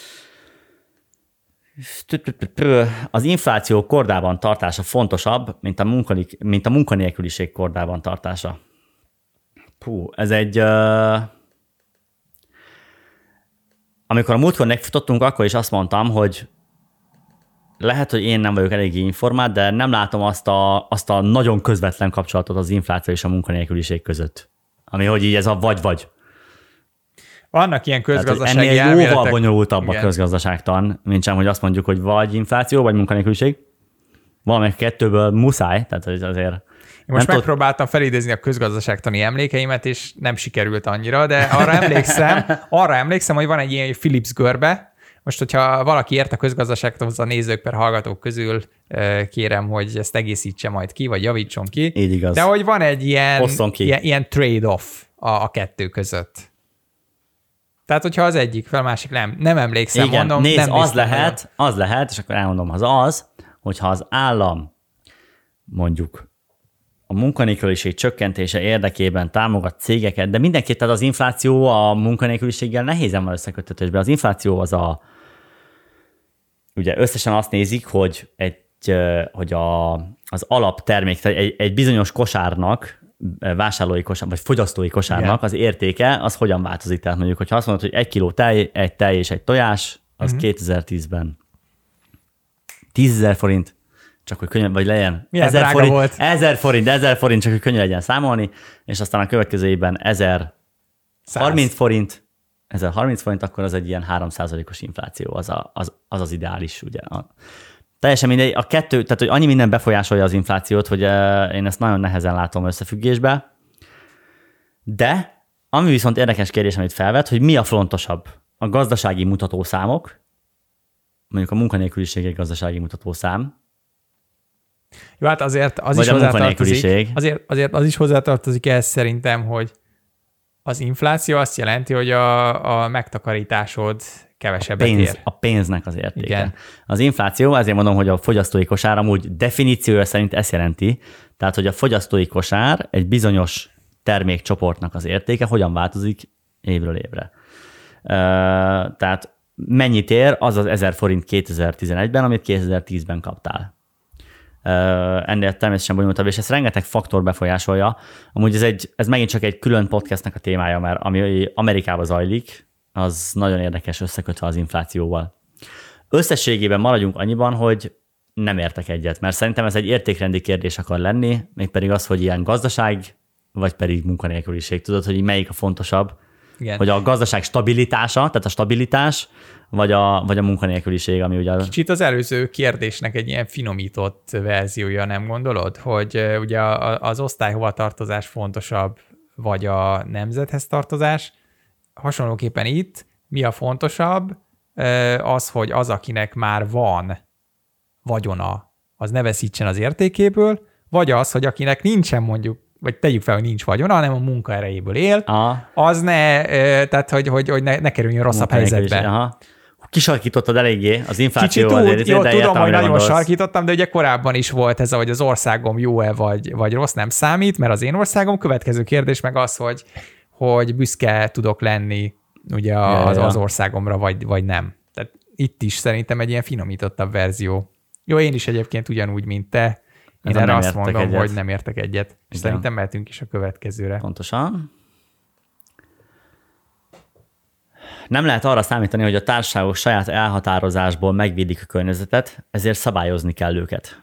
Az infláció kordában tartása fontosabb, mint a, munkanik, mint a munkanélküliség kordában tartása. Puh, ez egy... Uh... Amikor a múltkor megfutottunk, akkor is azt mondtam, hogy lehet, hogy én nem vagyok eléggé informált, de nem látom azt a, azt a nagyon közvetlen kapcsolatot az infláció és a munkanélküliség között. Ami, hogy így ez a vagy-vagy. Vannak ilyen közgazdasági elméletek. Ennél jóval bonyolultabb igen. a közgazdaságtan, mint sem, hogy azt mondjuk, hogy vagy infláció, vagy munkanélküliség. Valamelyik kettőből muszáj, tehát azért... Én most megpróbáltam tud... felidézni a közgazdaságtani emlékeimet, és nem sikerült annyira, de arra emlékszem, arra emlékszem, hogy van egy ilyen Philips görbe. Most, hogyha valaki ért a közgazdasághoz a nézők per hallgatók közül, kérem, hogy ezt egészítse majd ki, vagy javítson ki. Így igaz. De hogy van egy ilyen, ilyen, ilyen trade-off a, a kettő között. Tehát, hogyha az egyik fel, a másik nem. Nem emlékszem, igen, mondom. Nézd, nem az lehet, az lehet, és akkor elmondom, az az, hogyha az állam mondjuk a munkanélküliség csökkentése érdekében támogat cégeket, de mindenképp tehát az infláció a munkanélküliséggel nehézen van összeköttetésben. Az infláció az a, ugye összesen azt nézik, hogy, egy, hogy a, az alaptermék, tehát egy, egy bizonyos kosárnak, vásárlói kosár, vagy fogyasztói kosárnak igen. az értéke, az hogyan változik. Tehát mondjuk, hogyha azt mondod, hogy egy kiló tej, egy tej és egy tojás, az uh-huh. kétezer-tízben tízezer forint, csak hogy könnyű, vagy legyen ezer forint, volt. ezer forint, ezer forint, csak hogy könnyű legyen számolni, és aztán a következő évben ezer harminc forint, ezer harminc forint, akkor az egy ilyen három százalékos infláció, az a, az, az, az ideális, ugye. A, teljesen mindegy, a kettő, tehát hogy annyi minden befolyásolja az inflációt, hogy uh, én ezt nagyon nehezen látom összefüggésbe, de ami viszont érdekes kérdés, amit felvet, hogy mi a fontosabb? A gazdasági mutatószámok, mondjuk a munkanélküliség egy gazdasági mutatószám, jó, hát azért az is hozzátartozik, azért, azért az is hozzátartozik ehhez szerintem, hogy az infláció azt jelenti, hogy a, a megtakarításod kevesebbet pénz, ér. A pénznek az értéke. Igen. Az infláció, ezért mondom, hogy a fogyasztói kosár amúgy definíciója szerint ezt jelenti, tehát, hogy a fogyasztói kosár egy bizonyos termékcsoportnak az értéke hogyan változik évről évre. Uh, tehát mennyit ér az az ezer forint kétezer-tizenegyben, amit kétezer-tízben kaptál. Ennél természetesen bonyolultabb, és ezt rengeteg faktor befolyásolja. Amúgy ez, egy, ez megint csak egy külön podcastnak a témája, mert ami Amerikában zajlik, az nagyon érdekes összekötve az inflációval. Összességében maradjunk annyiban, hogy nem értek egyet, mert szerintem ez egy értékrendi kérdés akar lenni, mégpedig az, hogy ilyen gazdaság, vagy pedig munkanélküliség. Tudod, hogy melyik a fontosabb? Igen. Hogy a gazdaság stabilitása, tehát a stabilitás, vagy a, vagy a munkanélküliség, ami ugye... Kicsit az előző kérdésnek egy ilyen finomított verziója, nem gondolod? Hogy ugye az osztályhovatartozás fontosabb, vagy a nemzethez tartozás. Hasonlóképpen itt mi a fontosabb? Az, hogy az, akinek már van vagyona, az ne veszítsen az értékéből, vagy az, hogy akinek nincsen mondjuk, vagy tegyük fel, hogy nincs vagyona, hanem a munkaerejéből él, aha. az ne, tehát hogy, hogy, hogy ne, ne kerüljön rosszabb helyzetbe. Aha. Kisarkítottad eléggé az infláció azért. Kicsit jó, tudom, hogy nagyon gondolsz. Sarkítottam, de ugye korábban is volt ez, hogy az országom jó-e vagy, vagy rossz, nem számít, mert az én országom. Következő kérdés meg az, hogy, hogy büszke tudok lenni ugye az, ja, ja. az országomra, vagy, vagy nem. Tehát itt is szerintem egy ilyen finomítottabb verzió. Jó, én is egyébként ugyanúgy, mint te. Én erre azt mondom, egyet. hogy nem értek egyet. És szerintem mehetünk is a következőre. Pontosan. Nem lehet arra számítani, hogy a társaságok saját elhatározásból megvédik a környezetet, ezért szabályozni kell őket.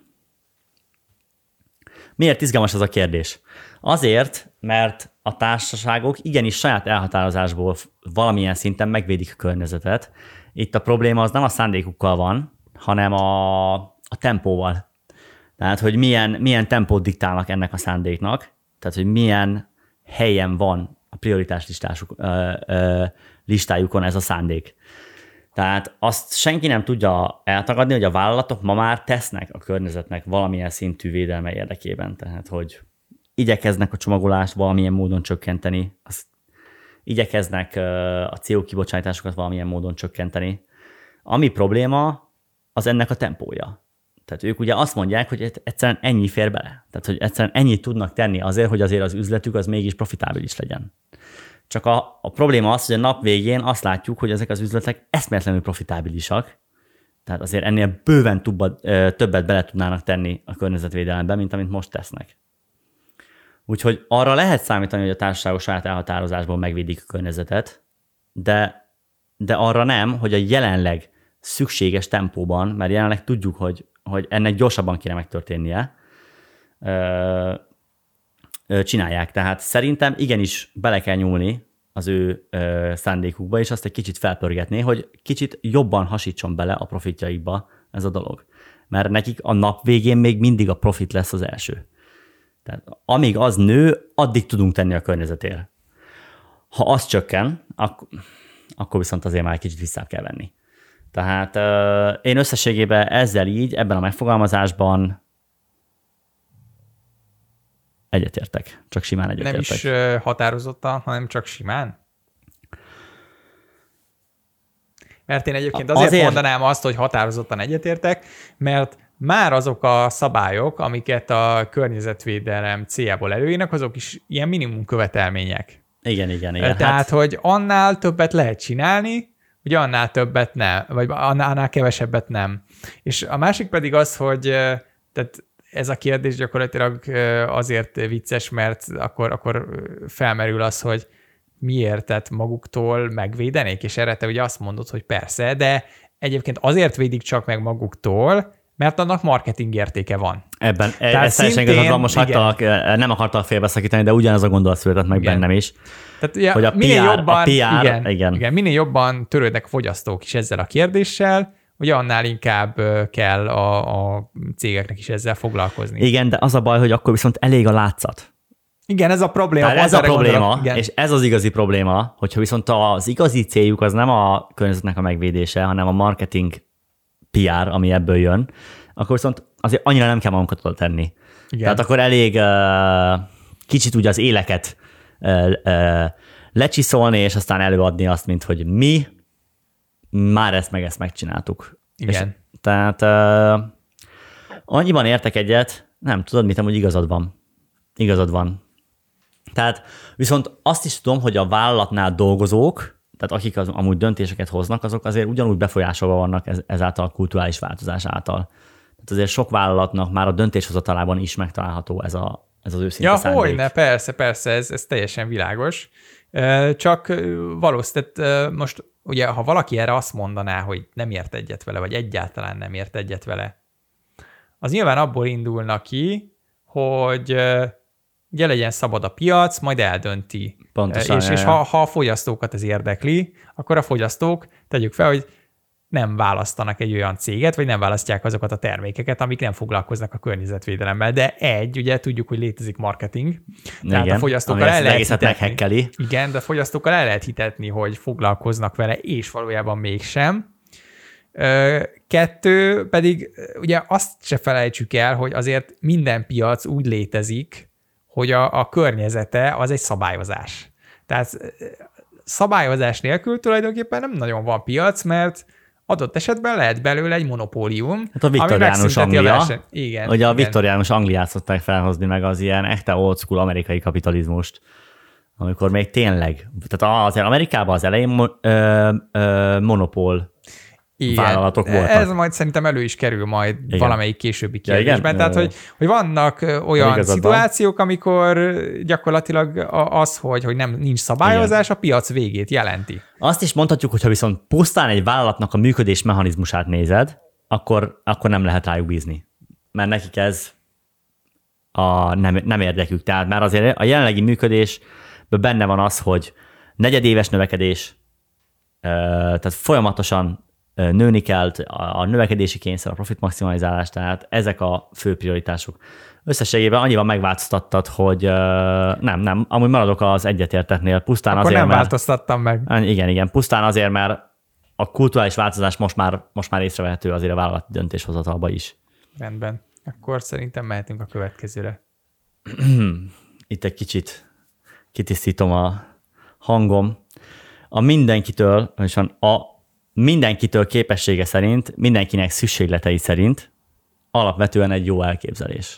Miért izgalmas ez a kérdés? Azért, mert a társaságok igenis saját elhatározásból valamilyen szinten megvédik a környezetet. Itt a probléma az nem a szándékukkal van, hanem a, a tempóval. Tehát, hogy milyen, milyen tempót diktálnak ennek a szándéknak, tehát, hogy milyen helyen van a prioritás listásuk, ö, ö, listájukon ez a szándék. Tehát azt senki nem tudja eltagadni, hogy a vállalatok ma már tesznek a környezetnek valamilyen szintű védelme érdekében. Tehát, hogy igyekeznek a csomagolást valamilyen módon csökkenteni, azt igyekeznek a cé o kibocsátásokat valamilyen módon csökkenteni. Ami probléma, az ennek a tempója. Tehát ők ugye azt mondják, hogy egyszerűen ennyi fér bele. Tehát, hogy egyszerűen ennyit tudnak tenni azért, hogy azért az üzletük az mégis profitábilis legyen. Csak a, a probléma az, hogy a nap végén azt látjuk, hogy ezek az üzletek eszméletlenül profitábilisak, tehát azért ennél bőven többet, többet bele tudnának tenni a környezetvédelemben, mint amit most tesznek. Úgyhogy arra lehet számítani, hogy a társaságok saját elhatározásból megvédik a környezetet, de, de arra nem, hogy a jelenleg szükséges tempóban, mert jelenleg tudjuk, hogy, hogy ennek gyorsabban kéne megtörténnie, csinálják. Tehát szerintem igenis bele kell nyúlni az ő ö, szándékukba, és azt egy kicsit felpörgetni, hogy kicsit jobban hasítson bele a profitjaikba ez a dolog. Mert nekik a nap végén még mindig a profit lesz az első. Tehát amíg az nő, addig tudunk tenni a környezetért. Ha az csökken, akkor, akkor viszont azért már egy kicsit visszább kell venni. Tehát ö, én összességében ezzel így, ebben a megfogalmazásban egyetértek, csak simán egyetértek. Nem is határozottan, hanem csak simán? Mert én egyébként azért, azért mondanám azt, hogy határozottan egyetértek, mert már azok a szabályok, amiket a környezetvédelem céljából előírnak, azok is ilyen minimum követelmények. Igen, igen, igen. Tehát, hát... hogy annál többet lehet csinálni, ugye annál többet nem, vagy annál kevesebbet nem. És a másik pedig az, hogy tehát ez a kérdés gyakorlatilag azért vicces, mert akkor, akkor felmerül az, hogy miért, tehát maguktól megvédenék, és erre te ugye azt mondod, hogy persze, de egyébként azért védik csak meg maguktól, mert annak marketing értéke van. Ebben, ez teljesen igazad, most hagytalak, nem akartalak félbeszakítani, de ugyanaz a gondolat született meg igen. bennem is. Tehát ugye, hogy a minél pé er, jobban, a pé er, igen, igen. igen, minél jobban törődnek a fogyasztók is ezzel a kérdéssel, ugye annál inkább kell a, a cégeknek is ezzel foglalkozni. Igen, de az a baj, hogy akkor viszont elég a látszat. Igen, ez a probléma. Ez a probléma, és ez az igazi probléma, hogyha viszont az igazi céljuk az nem a környezetnek a megvédése, hanem a marketing pé er, ami ebből jön, akkor viszont azért annyira nem kell magunkat oda tenni. Igen. Tehát akkor elég uh, kicsit úgy az éleket uh, uh, lecsiszolni, és aztán előadni azt, mint hogy mi már ezt meg ezt megcsináltuk. Igen. És, tehát uh, annyiban értek egyet, nem tudod, mit amúgy igazad van. Igazad van. Tehát viszont azt is tudom, hogy a vállalatnál dolgozók, tehát akik az, amúgy döntéseket hoznak, azok azért ugyanúgy befolyásolva vannak ez, ezáltal a kulturális változás által. Tehát azért sok vállalatnak már a döntéshozatalában is megtalálható ez, a, ez az őszinte ja, szándék. Hogyne, persze, persze, ez, ez teljesen világos. Csak valószínűleg most ugye, ha valaki erre azt mondaná, hogy nem ért egyet vele, vagy egyáltalán nem ért egyet vele, az nyilván abból indulna ki, hogy ugye legyen szabad a piac, majd eldönti. Pontosan. És, és ha, ha a fogyasztókat ez érdekli, akkor a fogyasztók, tegyük fel, hogy nem választanak egy olyan céget, vagy nem választják azokat a termékeket, amik nem foglalkoznak a környezetvédelemmel. De egy, ugye tudjuk, hogy létezik marketing. Tehát igen, a fogyasztókkal el lehet hitetni. Igen, de a fogyasztókkal el lehet hitetni, hogy foglalkoznak vele, és valójában mégsem. Kettő pedig, ugye azt se felejtsük el, hogy azért minden piac úgy létezik, hogy a, a környezete az egy szabályozás. Tehát szabályozás nélkül tulajdonképpen nem nagyon van piac, mert adott esetben lehet belőle egy monopólium, hát a viktoriánus Anglia, a igen, ugye a igen. viktoriánus Angliát szokták felhozni meg az ilyen echte old school amerikai kapitalizmust, amikor még tényleg, tehát azért Amerikában az elején ö, ö, monopól igen. vállalatok voltak. Ez majd szerintem elő is kerül majd igen. valamelyik későbbi kérdésben. Ja, Tehát, hogy, hogy vannak olyan szituációk, amikor gyakorlatilag az, hogy, hogy nem nincs szabályozás, igen. a piac végét jelenti. Azt is mondhatjuk, hogyha viszont pusztán egy vállalatnak a működés mechanizmusát nézed, akkor, akkor nem lehet rájuk bízni. Mert nekik ez a nem, nem érdekük. Tehát már azért a jelenlegi működésben benne van az, hogy negyedéves növekedés, tehát folyamatosan nőni kell, a növekedési kényszer, a profit maximalizálás, tehát ezek a fő prioritások. Összességében annyiban megváltoztattad, hogy nem, nem, amúgy maradok az egyetértetnél, pusztán Akkor azért, nem mert... változtattam meg. Igen, igen, pusztán azért, mert a kulturális változás most már, most már észrevehető azért a vállalati döntéshozatalba is. Rendben. Akkor szerintem mehetünk a következőre. Itt egy kicsit kitisztítom a hangom. A mindenkitől, és a mindenkitől képessége szerint, mindenkinek szükségletei szerint alapvetően egy jó elképzelés.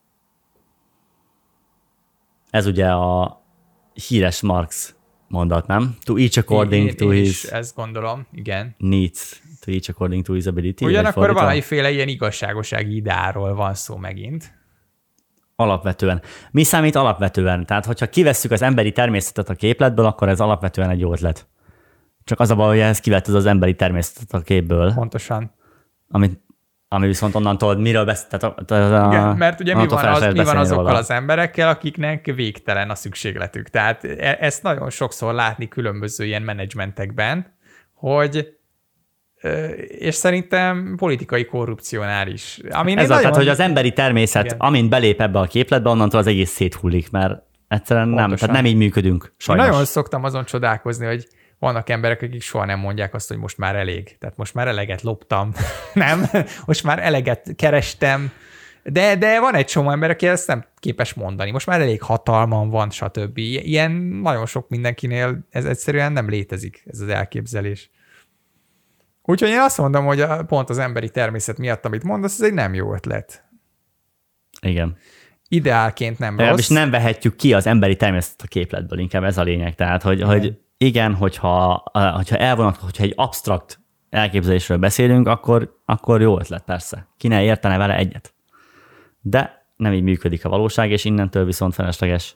Ez ugye a híres Marx mondat, nem? To each according én, to én his is ezt gondolom, igen. needs, to each according to his ability. Ugyanakkor valamiféle ilyen igazságosági ideáról van szó megint. Alapvetően. Mi számít alapvetően? Tehát, hogyha kivesszük az emberi természetet a képletből, akkor ez alapvetően egy jó ötlet. Csak az a baj, hogy ez kivetted az emberi természetet a képből. Pontosan. Amit, ami viszont onnan tudod, miről beszélt. Igen, mert ugye mi van, az, mi van azokkal róla. Az emberekkel, akiknek végtelen a szükségletük. Tehát ezt nagyon sokszor látni különböző ilyen menedzsmentekben, hogy és szerintem politikai korrupciónál is. Amin ez az, nagyon... tehát, hogy az emberi természet, igen. amint belép ebbe a képletbe, onnantól az egész széthullik, mert egyszerűen nem, tehát nem így működünk. Sajnos. Én nagyon szoktam azon csodálkozni, hogy vannak emberek, akik soha nem mondják azt, hogy most már elég. Tehát most már eleget loptam. Nem? Most már eleget kerestem. De, de van egy csomó ember, aki ezt nem képes mondani. Most már elég hatalmam van, stb. Ilyen nagyon sok mindenkinél ez egyszerűen nem létezik, ez az elképzelés. Úgyhogy én azt mondom, hogy a, pont az emberi természet miatt, amit mondasz, ez egy nem jó ötlet. Igen. Ideálként nem rossz. És nem vehetjük ki az emberi természetet a képletből, inkább ez a lényeg. Tehát, hogy, igen. hogy igen, hogyha, hogyha elvonat, hogyha egy absztrakt elképzelésről beszélünk, akkor, akkor jó ötlet, persze. Ki ne értene vele egyet. De nem így működik a valóság, és innentől viszont felesleges.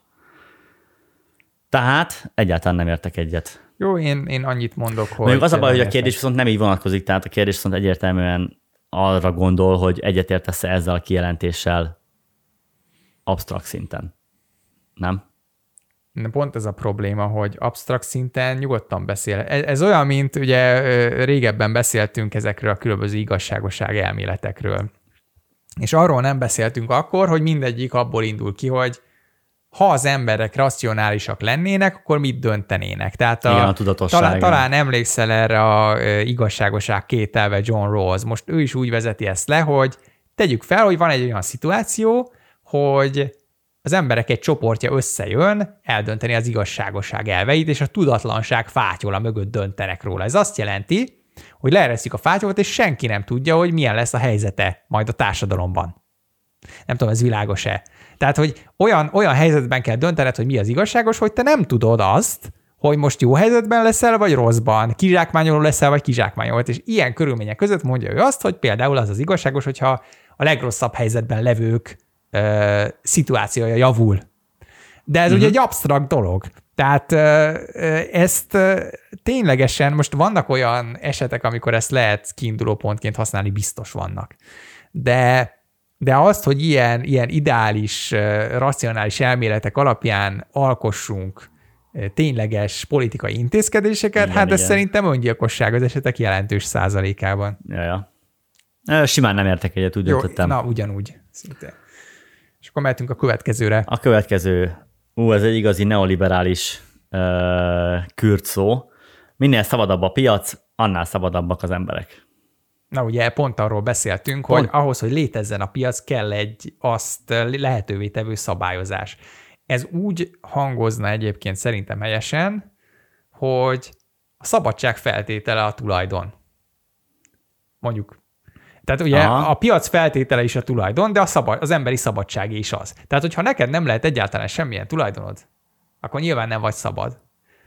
Tehát egyáltalán nem értek egyet. Jó, én, én annyit mondok, hogy... Mondjuk az a baj, hogy a kérdés viszont nem így vonatkozik, tehát a kérdés viszont egyértelműen arra gondol, hogy egyetértesz-e ezzel a kijelentéssel absztrakt szinten. Nem? Pont ez a probléma, hogy absztrakt szinten nyugodtan beszél. Ez, ez olyan, mint ugye régebben beszéltünk ezekről a különböző igazságosság elméletekről. És arról nem beszéltünk akkor, hogy mindegyik abból indul ki, hogy ha az emberek racionálisak lennének, akkor mit döntenének? Tehát a, igen, a tudatosság. Talán, talán emlékszel erre a igazságosság két elve John Rawls. Most ő is úgy vezeti ezt le, hogy tegyük fel, hogy van egy olyan szituáció, hogy az emberek egy csoportja összejön eldönteni az igazságosság elveit, és a tudatlanság fátyola mögött döntenek róla. Ez azt jelenti, hogy leeresztjük a fátyolat, és senki nem tudja, hogy milyen lesz a helyzete majd a társadalomban. Nem tudom, ez világos-e? Tehát, hogy olyan, olyan helyzetben kell döntened, hogy mi az igazságos, hogy te nem tudod azt, hogy most jó helyzetben leszel, vagy rosszban, kizsákmányoló leszel, vagy kizsákmányoló. És ilyen körülmények között mondja ő azt, hogy például az az igazságos, hogyha a legrosszabb helyzetben levők ö, szituációja javul. De ez uh-huh. ugye egy absztrakt dolog. Tehát ö, ezt ö, ténylegesen, most vannak olyan esetek, amikor ezt lehet kiinduló pontként használni, biztos vannak. De De azt, hogy ilyen, ilyen ideális, racionális elméletek alapján alkossunk tényleges politikai intézkedéseket, igen, hát igen. Ez szerintem öngyilkosság az esetek jelentős százalékában. Ja, ja. Simán nem értek egyet, úgy döntöttem. Na, ugyanúgy. Szinte. És akkor mehetünk a következőre. A következő. Ú, ez egy igazi neoliberális uh, kürt szó. Minél szabadabb a piac, annál szabadabbak az emberek. Na ugye pont arról beszéltünk, pont. hogy ahhoz, hogy létezzen a piac, kell egy azt lehetővé tevő szabályozás. Ez úgy hangozna egyébként szerintem helyesen, hogy a szabadság feltétele a tulajdon. Mondjuk. Tehát ugye Aha. a piac feltétele is a tulajdon, de a szabad, az emberi szabadság is az. Tehát, hogyha neked nem lehet egyáltalán semmilyen tulajdonod, akkor nyilván nem vagy szabad.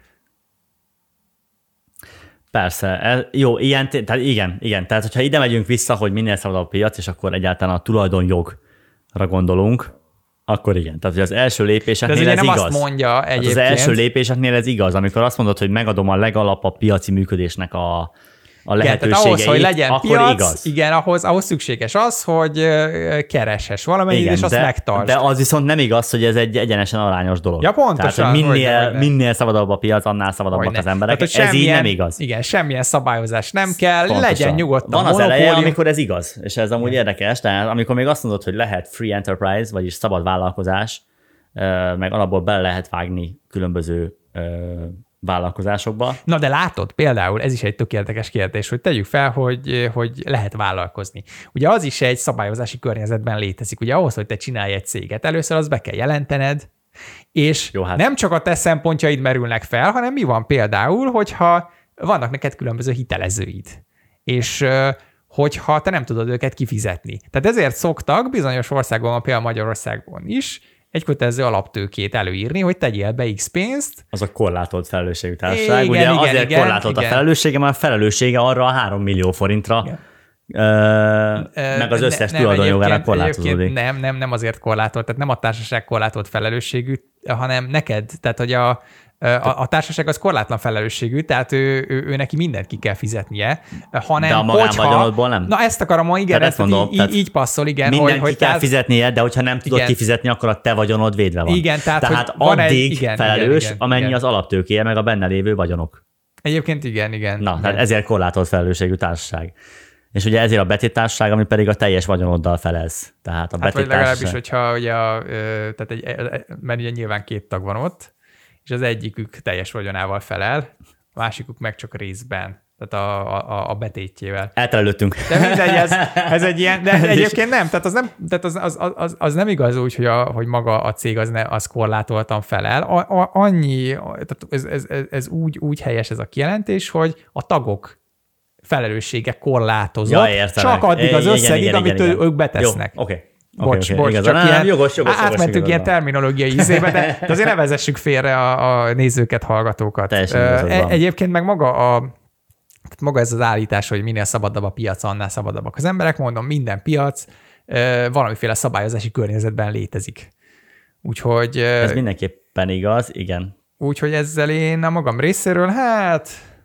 Persze, ez, jó, ilyen, tehát igen, igen, tehát hogyha ide megyünk vissza, hogy minél szabadabb a piac, és akkor egyáltalán a tulajdonjogra gondolunk, akkor igen. Tehát, hogy az első lépéseknél ez, ez nem igaz. Azt mondja egyébként. Az első lépéseknél ez igaz, amikor azt mondod, hogy megadom a legalapabb piaci működésnek a, a lehetőségeit, igen, ahhoz, hogy legyen akkor piac, igaz. Igen, ahhoz, ahhoz szükséges az, hogy keresses valamelyik, és azt de, megtartsd. De az viszont nem igaz, hogy ez egy egyenesen arányos dolog. Ja, pontosan. Tehát, hogy minél, hogy minél szabadabb a piac, annál szabadabbak az emberek. Tehát, ez semmilyen, így nem igaz. Igen, semmilyen szabályozás nem kell, pontosan. Legyen nyugodtan Van az monopólium. Eleje, amikor ez igaz, és ez amúgy igen. Érdekes, tehát amikor még azt mondod, hogy lehet free enterprise, vagyis szabad vállalkozás, meg alapból bele lehet vágni különböző vállalkozásokba. Na de látod, például ez is egy tök érdekes kérdés, hogy tegyük fel, hogy, hogy lehet vállalkozni. Ugye az is egy szabályozási környezetben létezik. Ugye ahhoz, hogy te csinálj egy céget, először azt be kell jelentened, és Jó, hát. nem csak a te szempontjaid merülnek fel, hanem mi van például, hogyha vannak neked különböző hitelezőid, és hogyha te nem tudod őket kifizetni. Tehát ezért szoktak bizonyos országban, például Magyarországon is, egy kötelező alaptőkét előírni, hogy tegyél be X pénzt. Az a korlátolt felelősségű társaság. Igen, Ugye igen, azért igen, korlátolt igen. a felelőssége, mert a felelőssége arra a három millió forintra, ö, meg az összes ne, tulajdonjogára korlátozódik. Nem, nem, nem azért korlátolt, tehát nem a társaság korlátolt felelősségű, hanem neked, tehát hogy a A, a társaság az korlátlan felelősségű, tehát ő, ő, ő neki mindent ki kell fizetnie, hanem de a magánvagyonodból nem? Na ezt akarom mondani, igen, ezt mondom, így, így, így passzol, igen. Mindent hogy, ki hogy kell tehát, fizetnie, de hogyha nem tudod igen. kifizetni, akkor a te vagyonod védve van. Igen, tehát, tehát hogy addig egy, igen, felelős, igen, amennyi igen. az alaptőkéje, meg a benne lévő vagyonok. Egyébként igen, igen. Na, igen. tehát ezért korlátolt felelősségű társaság. És ugye ezért a betéttársaság, ami pedig a teljes vagyonoddal felez. Tehát a hát vagy legalábbis, betéttársaság... hogyha ugye, a, tehát egy, mert ugye nyilván két tag van ott, és az egyikük teljes vagyonával felel, a másikuk meg csak részben, tehát a, a, a betétjével. Elterelődtünk. De mindegy, ez, ez egy ilyen, de egyébként nem, tehát az nem, tehát az, az, az, az nem igaz úgy, hogy, a, hogy maga a cég az, ne, az korlátoltan felel. A, a, annyi, tehát ez, ez, ez, ez úgy, úgy helyes ez a kijelentés, hogy a tagok felelőssége korlátozott, ja, csak addig az összegig, igen, amit igen, igen. ők betesznek. Jó, oké. Okay. Bocs, okay, bocs, okay. csak nem, ilyen, jogos, jogos, átmentünk jogos, ilyen terminológiai ízébe, de, de azért ne vezessük félre a, a nézőket, hallgatókat. E, egyébként meg maga, a, maga ez az állítás, hogy minél szabadabb a piac, annál szabadabbak az emberek, mondom, minden piac e, valamiféle szabályozási környezetben létezik. Úgyhogy... Ez mindenképpen igaz, igen. Úgyhogy ezzel én a magam részéről, hát...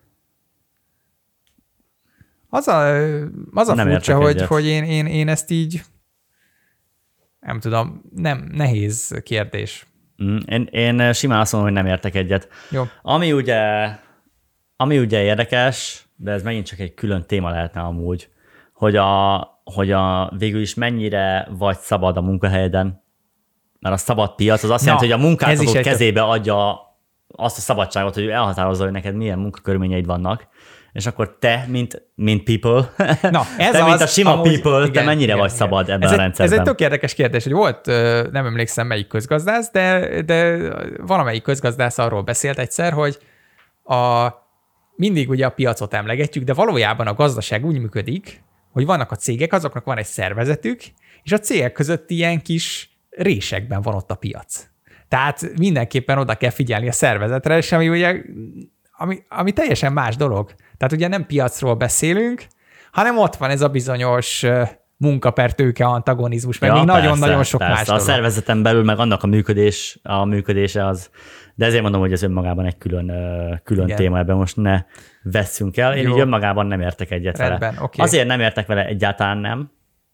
Az a, az a furcsa, hogy, hogy én, én, én ezt így... Nem tudom, nem, nehéz kérdés. Mm, én, én simán azt mondom, hogy nem értek egyet. Jó. Ami ugye, ami ugye érdekes, de ez megint csak egy külön téma lehetne amúgy, hogy, a, hogy a, végül is mennyire vagy szabad a munkahelyeden, mert a szabad piac az azt Na, jelenti, hogy a munkáltatót kezébe egy... adja azt a szabadságot, hogy ő elhatározza, hogy neked milyen munkakörülményeid vannak, és akkor te, mint, mint people, Na, ez te, az, mint a sima amúgy, people, igen, te mennyire igen, vagy igen. szabad ebben ez a egy, rendszerben? Ez egy tök érdekes kérdés, hogy volt, nem emlékszem melyik közgazdász, de, de valamelyik közgazdász arról beszélt egyszer, hogy a, mindig ugye a piacot emlegetjük, de valójában a gazdaság úgy működik, hogy vannak a cégek, azoknak van egy szervezetük, és a cégek között ilyen kis résekben van ott a piac. Tehát mindenképpen oda kell figyelni a szervezetre, és ami ugye Ami, ami teljesen más dolog. Tehát ugye nem piacról beszélünk, hanem ott van ez a bizonyos munka per tőke antagonizmus, meg ja, még nagyon-nagyon sok persze. más A dolog. szervezeten belül meg annak a működés, a működése az, de ezért mondom, hogy ez önmagában egy külön, külön téma, ebben most ne vesszünk el. Én Jó. így önmagában nem értek egyet Rendben, vele. Okay. Azért nem értek vele egyáltalán nem,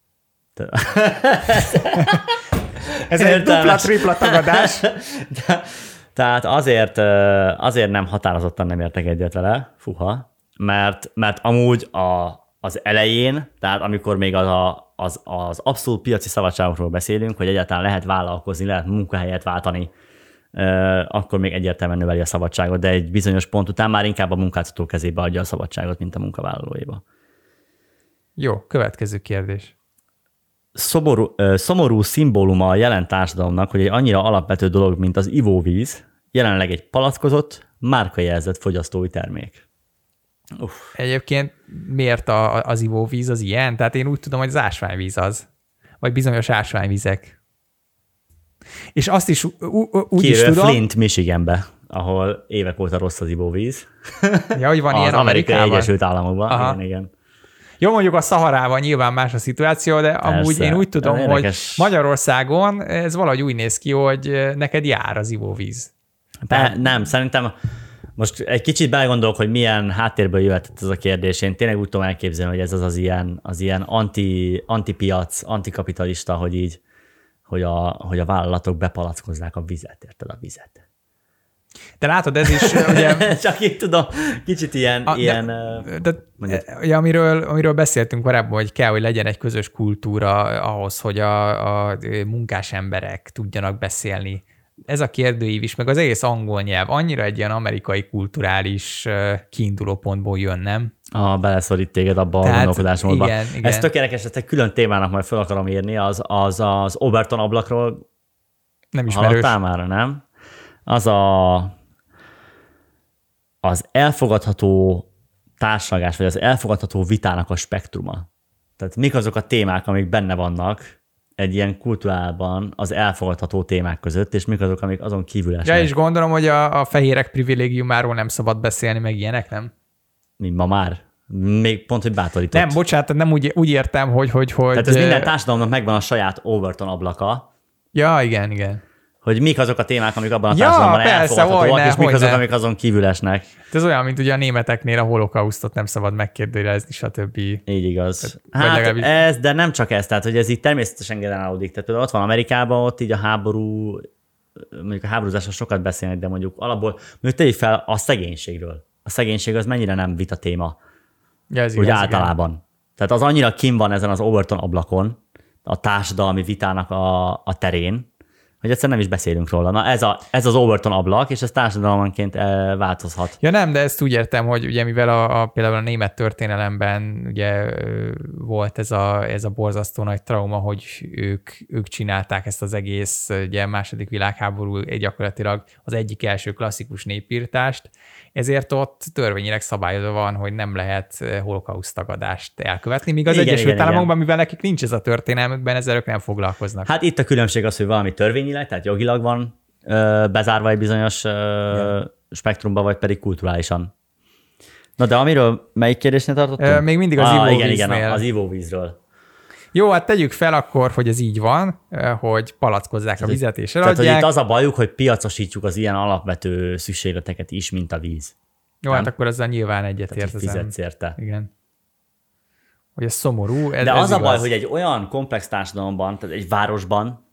Ez egy dupla-tripla tagadás. Tehát azért, azért nem határozottan nem értek egyet vele, fuha, mert, mert amúgy a, az elején, tehát amikor még az, a, az, az abszolút piaci szabadságokról beszélünk, hogy egyáltalán lehet vállalkozni, lehet munkahelyet váltani, akkor még egyértelműen növeli a szabadságot, de egy bizonyos pont után már inkább a munkáltató kezébe adja a szabadságot, mint a munkavállalóéba. Jó, következő kérdés. Szomorú, szomorú szimbóluma a jelen társadalomnak, hogy egy annyira alapvető dolog, mint az ivóvíz, jelenleg egy palackozott, márkajelzett fogyasztói termék. Uff. Egyébként miért a, az ivóvíz az ilyen? Tehát én úgy tudom, hogy az ásványvíz az. Vagy bizonyos ásványvizek. És azt is úgy is tudom... Flint, Michiganbe, ahol évek óta rossz az ivóvíz. Ja, hogy van az ilyen Amerikai Amerikában. Egyesült Államokban. Aha. Igen, igen. Jó, mondjuk a Szaharában nyilván más a szituáció, de Persze. amúgy én úgy tudom, érdekes. Hogy Magyarországon ez valahogy úgy néz ki, hogy neked jár az ivóvíz. Be, nem, szerintem most egy kicsit belegondolok, hogy milyen háttérből jöhetett ez a kérdés. Én tényleg úgy tudom elképzelni, hogy ez az az ilyen, az ilyen anti, antipiac, antikapitalista, hogy így, hogy a, hogy a vállalatok bepalackozzák a vizet, érted a vizet. De látod, ez is ugye... Csak így tudom, kicsit ilyen... A, ilyen de, de, ugye, amiről, amiről beszéltünk korábban, hogy kell, hogy legyen egy közös kultúra ahhoz, hogy a, a munkás emberek tudjanak beszélni. Ez a kérdőív is, meg az egész angol nyelv annyira egy ilyen amerikai kulturális kiinduló pontból jön, nem? Ah, beleszorít téged abba a gondolkodásmódba. Igen, igen. Ez tökéletes, ezt egy külön témának majd fel akarom írni, az az, az Overton ablakról. Nem ismerős. Hallottál már, nem? Az a, az elfogadható társalgás, vagy az elfogadható vitának a spektruma. Tehát mik azok a témák, amik benne vannak egy ilyen kultúrában az elfogadható témák között, és mik azok, amik azon kívül esnek. Ja, és gondolom, hogy a, a fehérek privilégiumáról nem szabad beszélni, meg ilyenek, nem? Mi ma már? Még pont, hogy bátorított. Nem, bocsánat, nem úgy, úgy értem, hogy, hogy, hogy... Tehát ez minden társadalomnak megvan a saját Overton ablaka. Ja, igen, igen. Hogy mik azok a témák, amik abban a ja, társadalomban persze, elfogadhatóak, ne, és mik azok, ne. amik azon kívül esnek. Ez olyan, mint ugye a németeknél a holokausztot nem szabad megkérdőjelezni, stb. Így igaz. Tehát, hát legalábbis... ez, de nem csak ez, tehát hogy ez így természetesen generálódik. Tehát ott van Amerikában, ott így a háború, mondjuk a háborúzásról sokat beszélnek, de mondjuk alapból, mondjuk tegyük fel a szegénységről. A szegénység az mennyire nem vita téma. Ja, ez úgy igaz, általában. Igen. Tehát az annyira kim van ezen az Overton ablakon, a társadalmi vitának a, a terén, hogy egyszerűen nem is beszélünk róla. Na ez, a, ez az Overton ablak, és ez társadalmanként változhat. Ja nem, de ezt úgy értem, hogy ugye mivel a, a, például a német történelemben ugye volt ez a, ez a borzasztó nagy trauma, hogy ők, ők csinálták ezt az egész ugye második világháború gyakorlatilag az egyik első klasszikus népírtást, ezért ott törvényileg szabályozva van, hogy nem lehet holokauszttagadást elkövetni, míg az igen, Egyesült igen, Államokban, igen. mivel nekik nincs ez a történelmükben, ezzel ők nem foglalkoznak. Hát itt a különbség az, hogy valami törvényileg, tehát jogilag van ö, bezárva egy bizonyos ö, spektrumba, vagy pedig kulturálisan. Na de amiről melyik kérdésnél tartottunk? Ö, még mindig az ah, ivóvíznél. Igen, igen, az ivóvízről. Jó, hát tegyük fel akkor, hogy ez így van, hogy palackozzák tehát, a vizet és eladják. Tehát, hogy itt az a bajuk, hogy piacosítjuk az ilyen alapvető szükségleteket is, mint a víz. Jó, nem? Hát akkor ezzel nyilván egyetért. Fizetsz érte. Igen. Hogy ez szomorú. Ez, de ez az igaz. a baj, hogy egy olyan komplex társadalomban, tehát egy városban,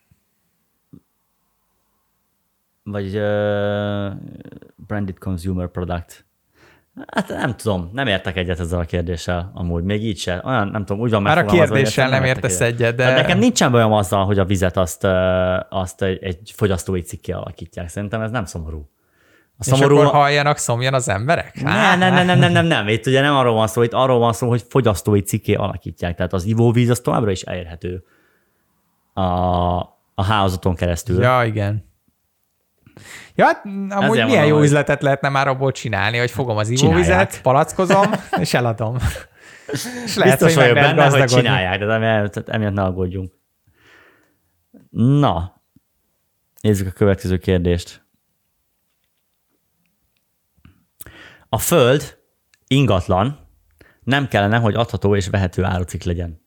vagy uh, branded consumer product, hát nem tudom, nem értek egyet ezzel a kérdéssel amúgy, még így se. Olyan, nem tudom, úgy van már a kérdéssel nem, nem értesz egyet, de... Tehát nekem nincsen olyan azzal, hogy a vizet azt, azt egy, egy fogyasztói cikké alakítják. Szerintem ez nem szomorú. A szomorú... És akkor halljanak, szomjan az emberek? Nem, nem, nem, nem, nem, nem, nem. Itt ugye nem arról van szó, itt arról van szó, hogy fogyasztói cikké alakítják. Tehát az ivóvíz az továbbra is elérhető a, a hálózaton keresztül. Ja, igen. Ja, hát amúgy Ezzel milyen jó hogy... üzletet lehetne már abból csinálni, hogy fogom az ivóvizet, csinálják. Palackozom, és eladom. És lehet, biztos hogy vagyok benne, gazdagodni. hogy csinálják, de emiatt, emiatt ne aggódjunk. Na, nézzük a következő kérdést. A Föld ingatlan, nem kellene, hogy adható és vehető árucikk legyen.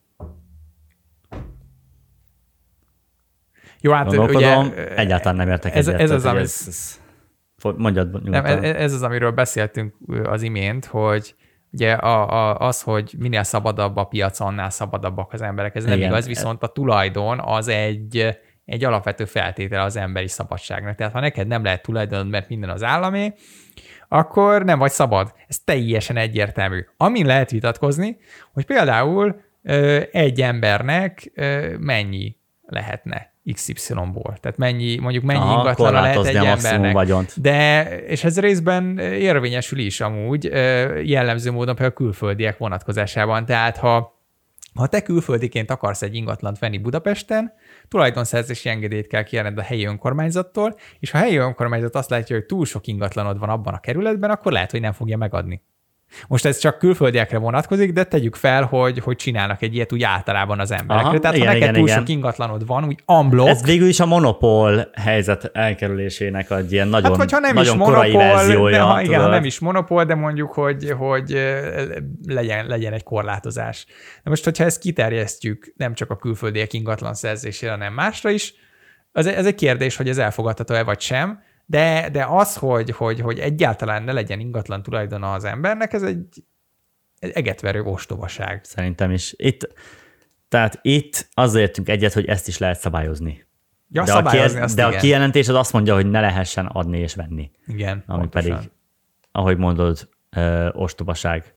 Jó, hát ugye... Egyáltalán nem értek ez, egyet. Ez az, ez, ez, ez, mondjad, nem, ez, ez az, amiről beszéltünk az imént, hogy Ugye a, a, az, hogy minél szabadabb a piac, annál szabadabbak az emberek, ez nem Igen. igaz, viszont a tulajdon az egy, egy alapvető feltétele az emberi szabadságnak. Tehát ha neked nem lehet tulajdonod, mert minden az államé, akkor nem vagy szabad. Ez teljesen egyértelmű. Amin lehet vitatkozni, hogy például egy embernek mennyi lehetne iksz ipszilonból. Tehát mennyi, mondjuk mennyi Aha, ingatlana lehet egy embernek. Vagyont. De, és ez részben érvényesül is amúgy, jellemző módon például külföldiek vonatkozásában. Tehát ha, ha te külföldiként akarsz egy ingatlant venni Budapesten, tulajdonszerzési engedélyt kell kérned a helyi önkormányzattól, és ha a helyi önkormányzat azt látja, hogy túl sok ingatlanod van abban a kerületben, akkor lehet, hogy nem fogja megadni. Most ez csak külföldiekre vonatkozik, de tegyük fel, hogy, hogy csinálnak egy ilyet úgy általában az emberekre. Aha, tehát igen, ha neked igen, túl igen. sok ingatlanod van, úgy unblock. Ez végül is a monopól helyzet elkerülésének egy ilyen nagyon, hát, nem nagyon is korai monopól, verziója. De, ha, igen, ha nem is monopól, de mondjuk, hogy, hogy legyen, legyen egy korlátozás. De most, hogyha ezt kiterjesztjük nem csak a külföldiek ingatlan szerzésére, hanem másra is, az, ez egy kérdés, hogy ez elfogadható-e vagy sem. De, de az, hogy, hogy, hogy egyáltalán ne legyen ingatlan tulajdona az embernek, ez egy, egy egetverő ostobaság. Szerintem is. Itt, tehát itt azért értünk egyet, hogy ezt is lehet szabályozni. Ja, de szabályozni a, azt de igen. a kijelentés az azt mondja, hogy ne lehessen adni és venni. Igen, Ami pontosan. pedig, ahogy mondod, ö, ostobaság.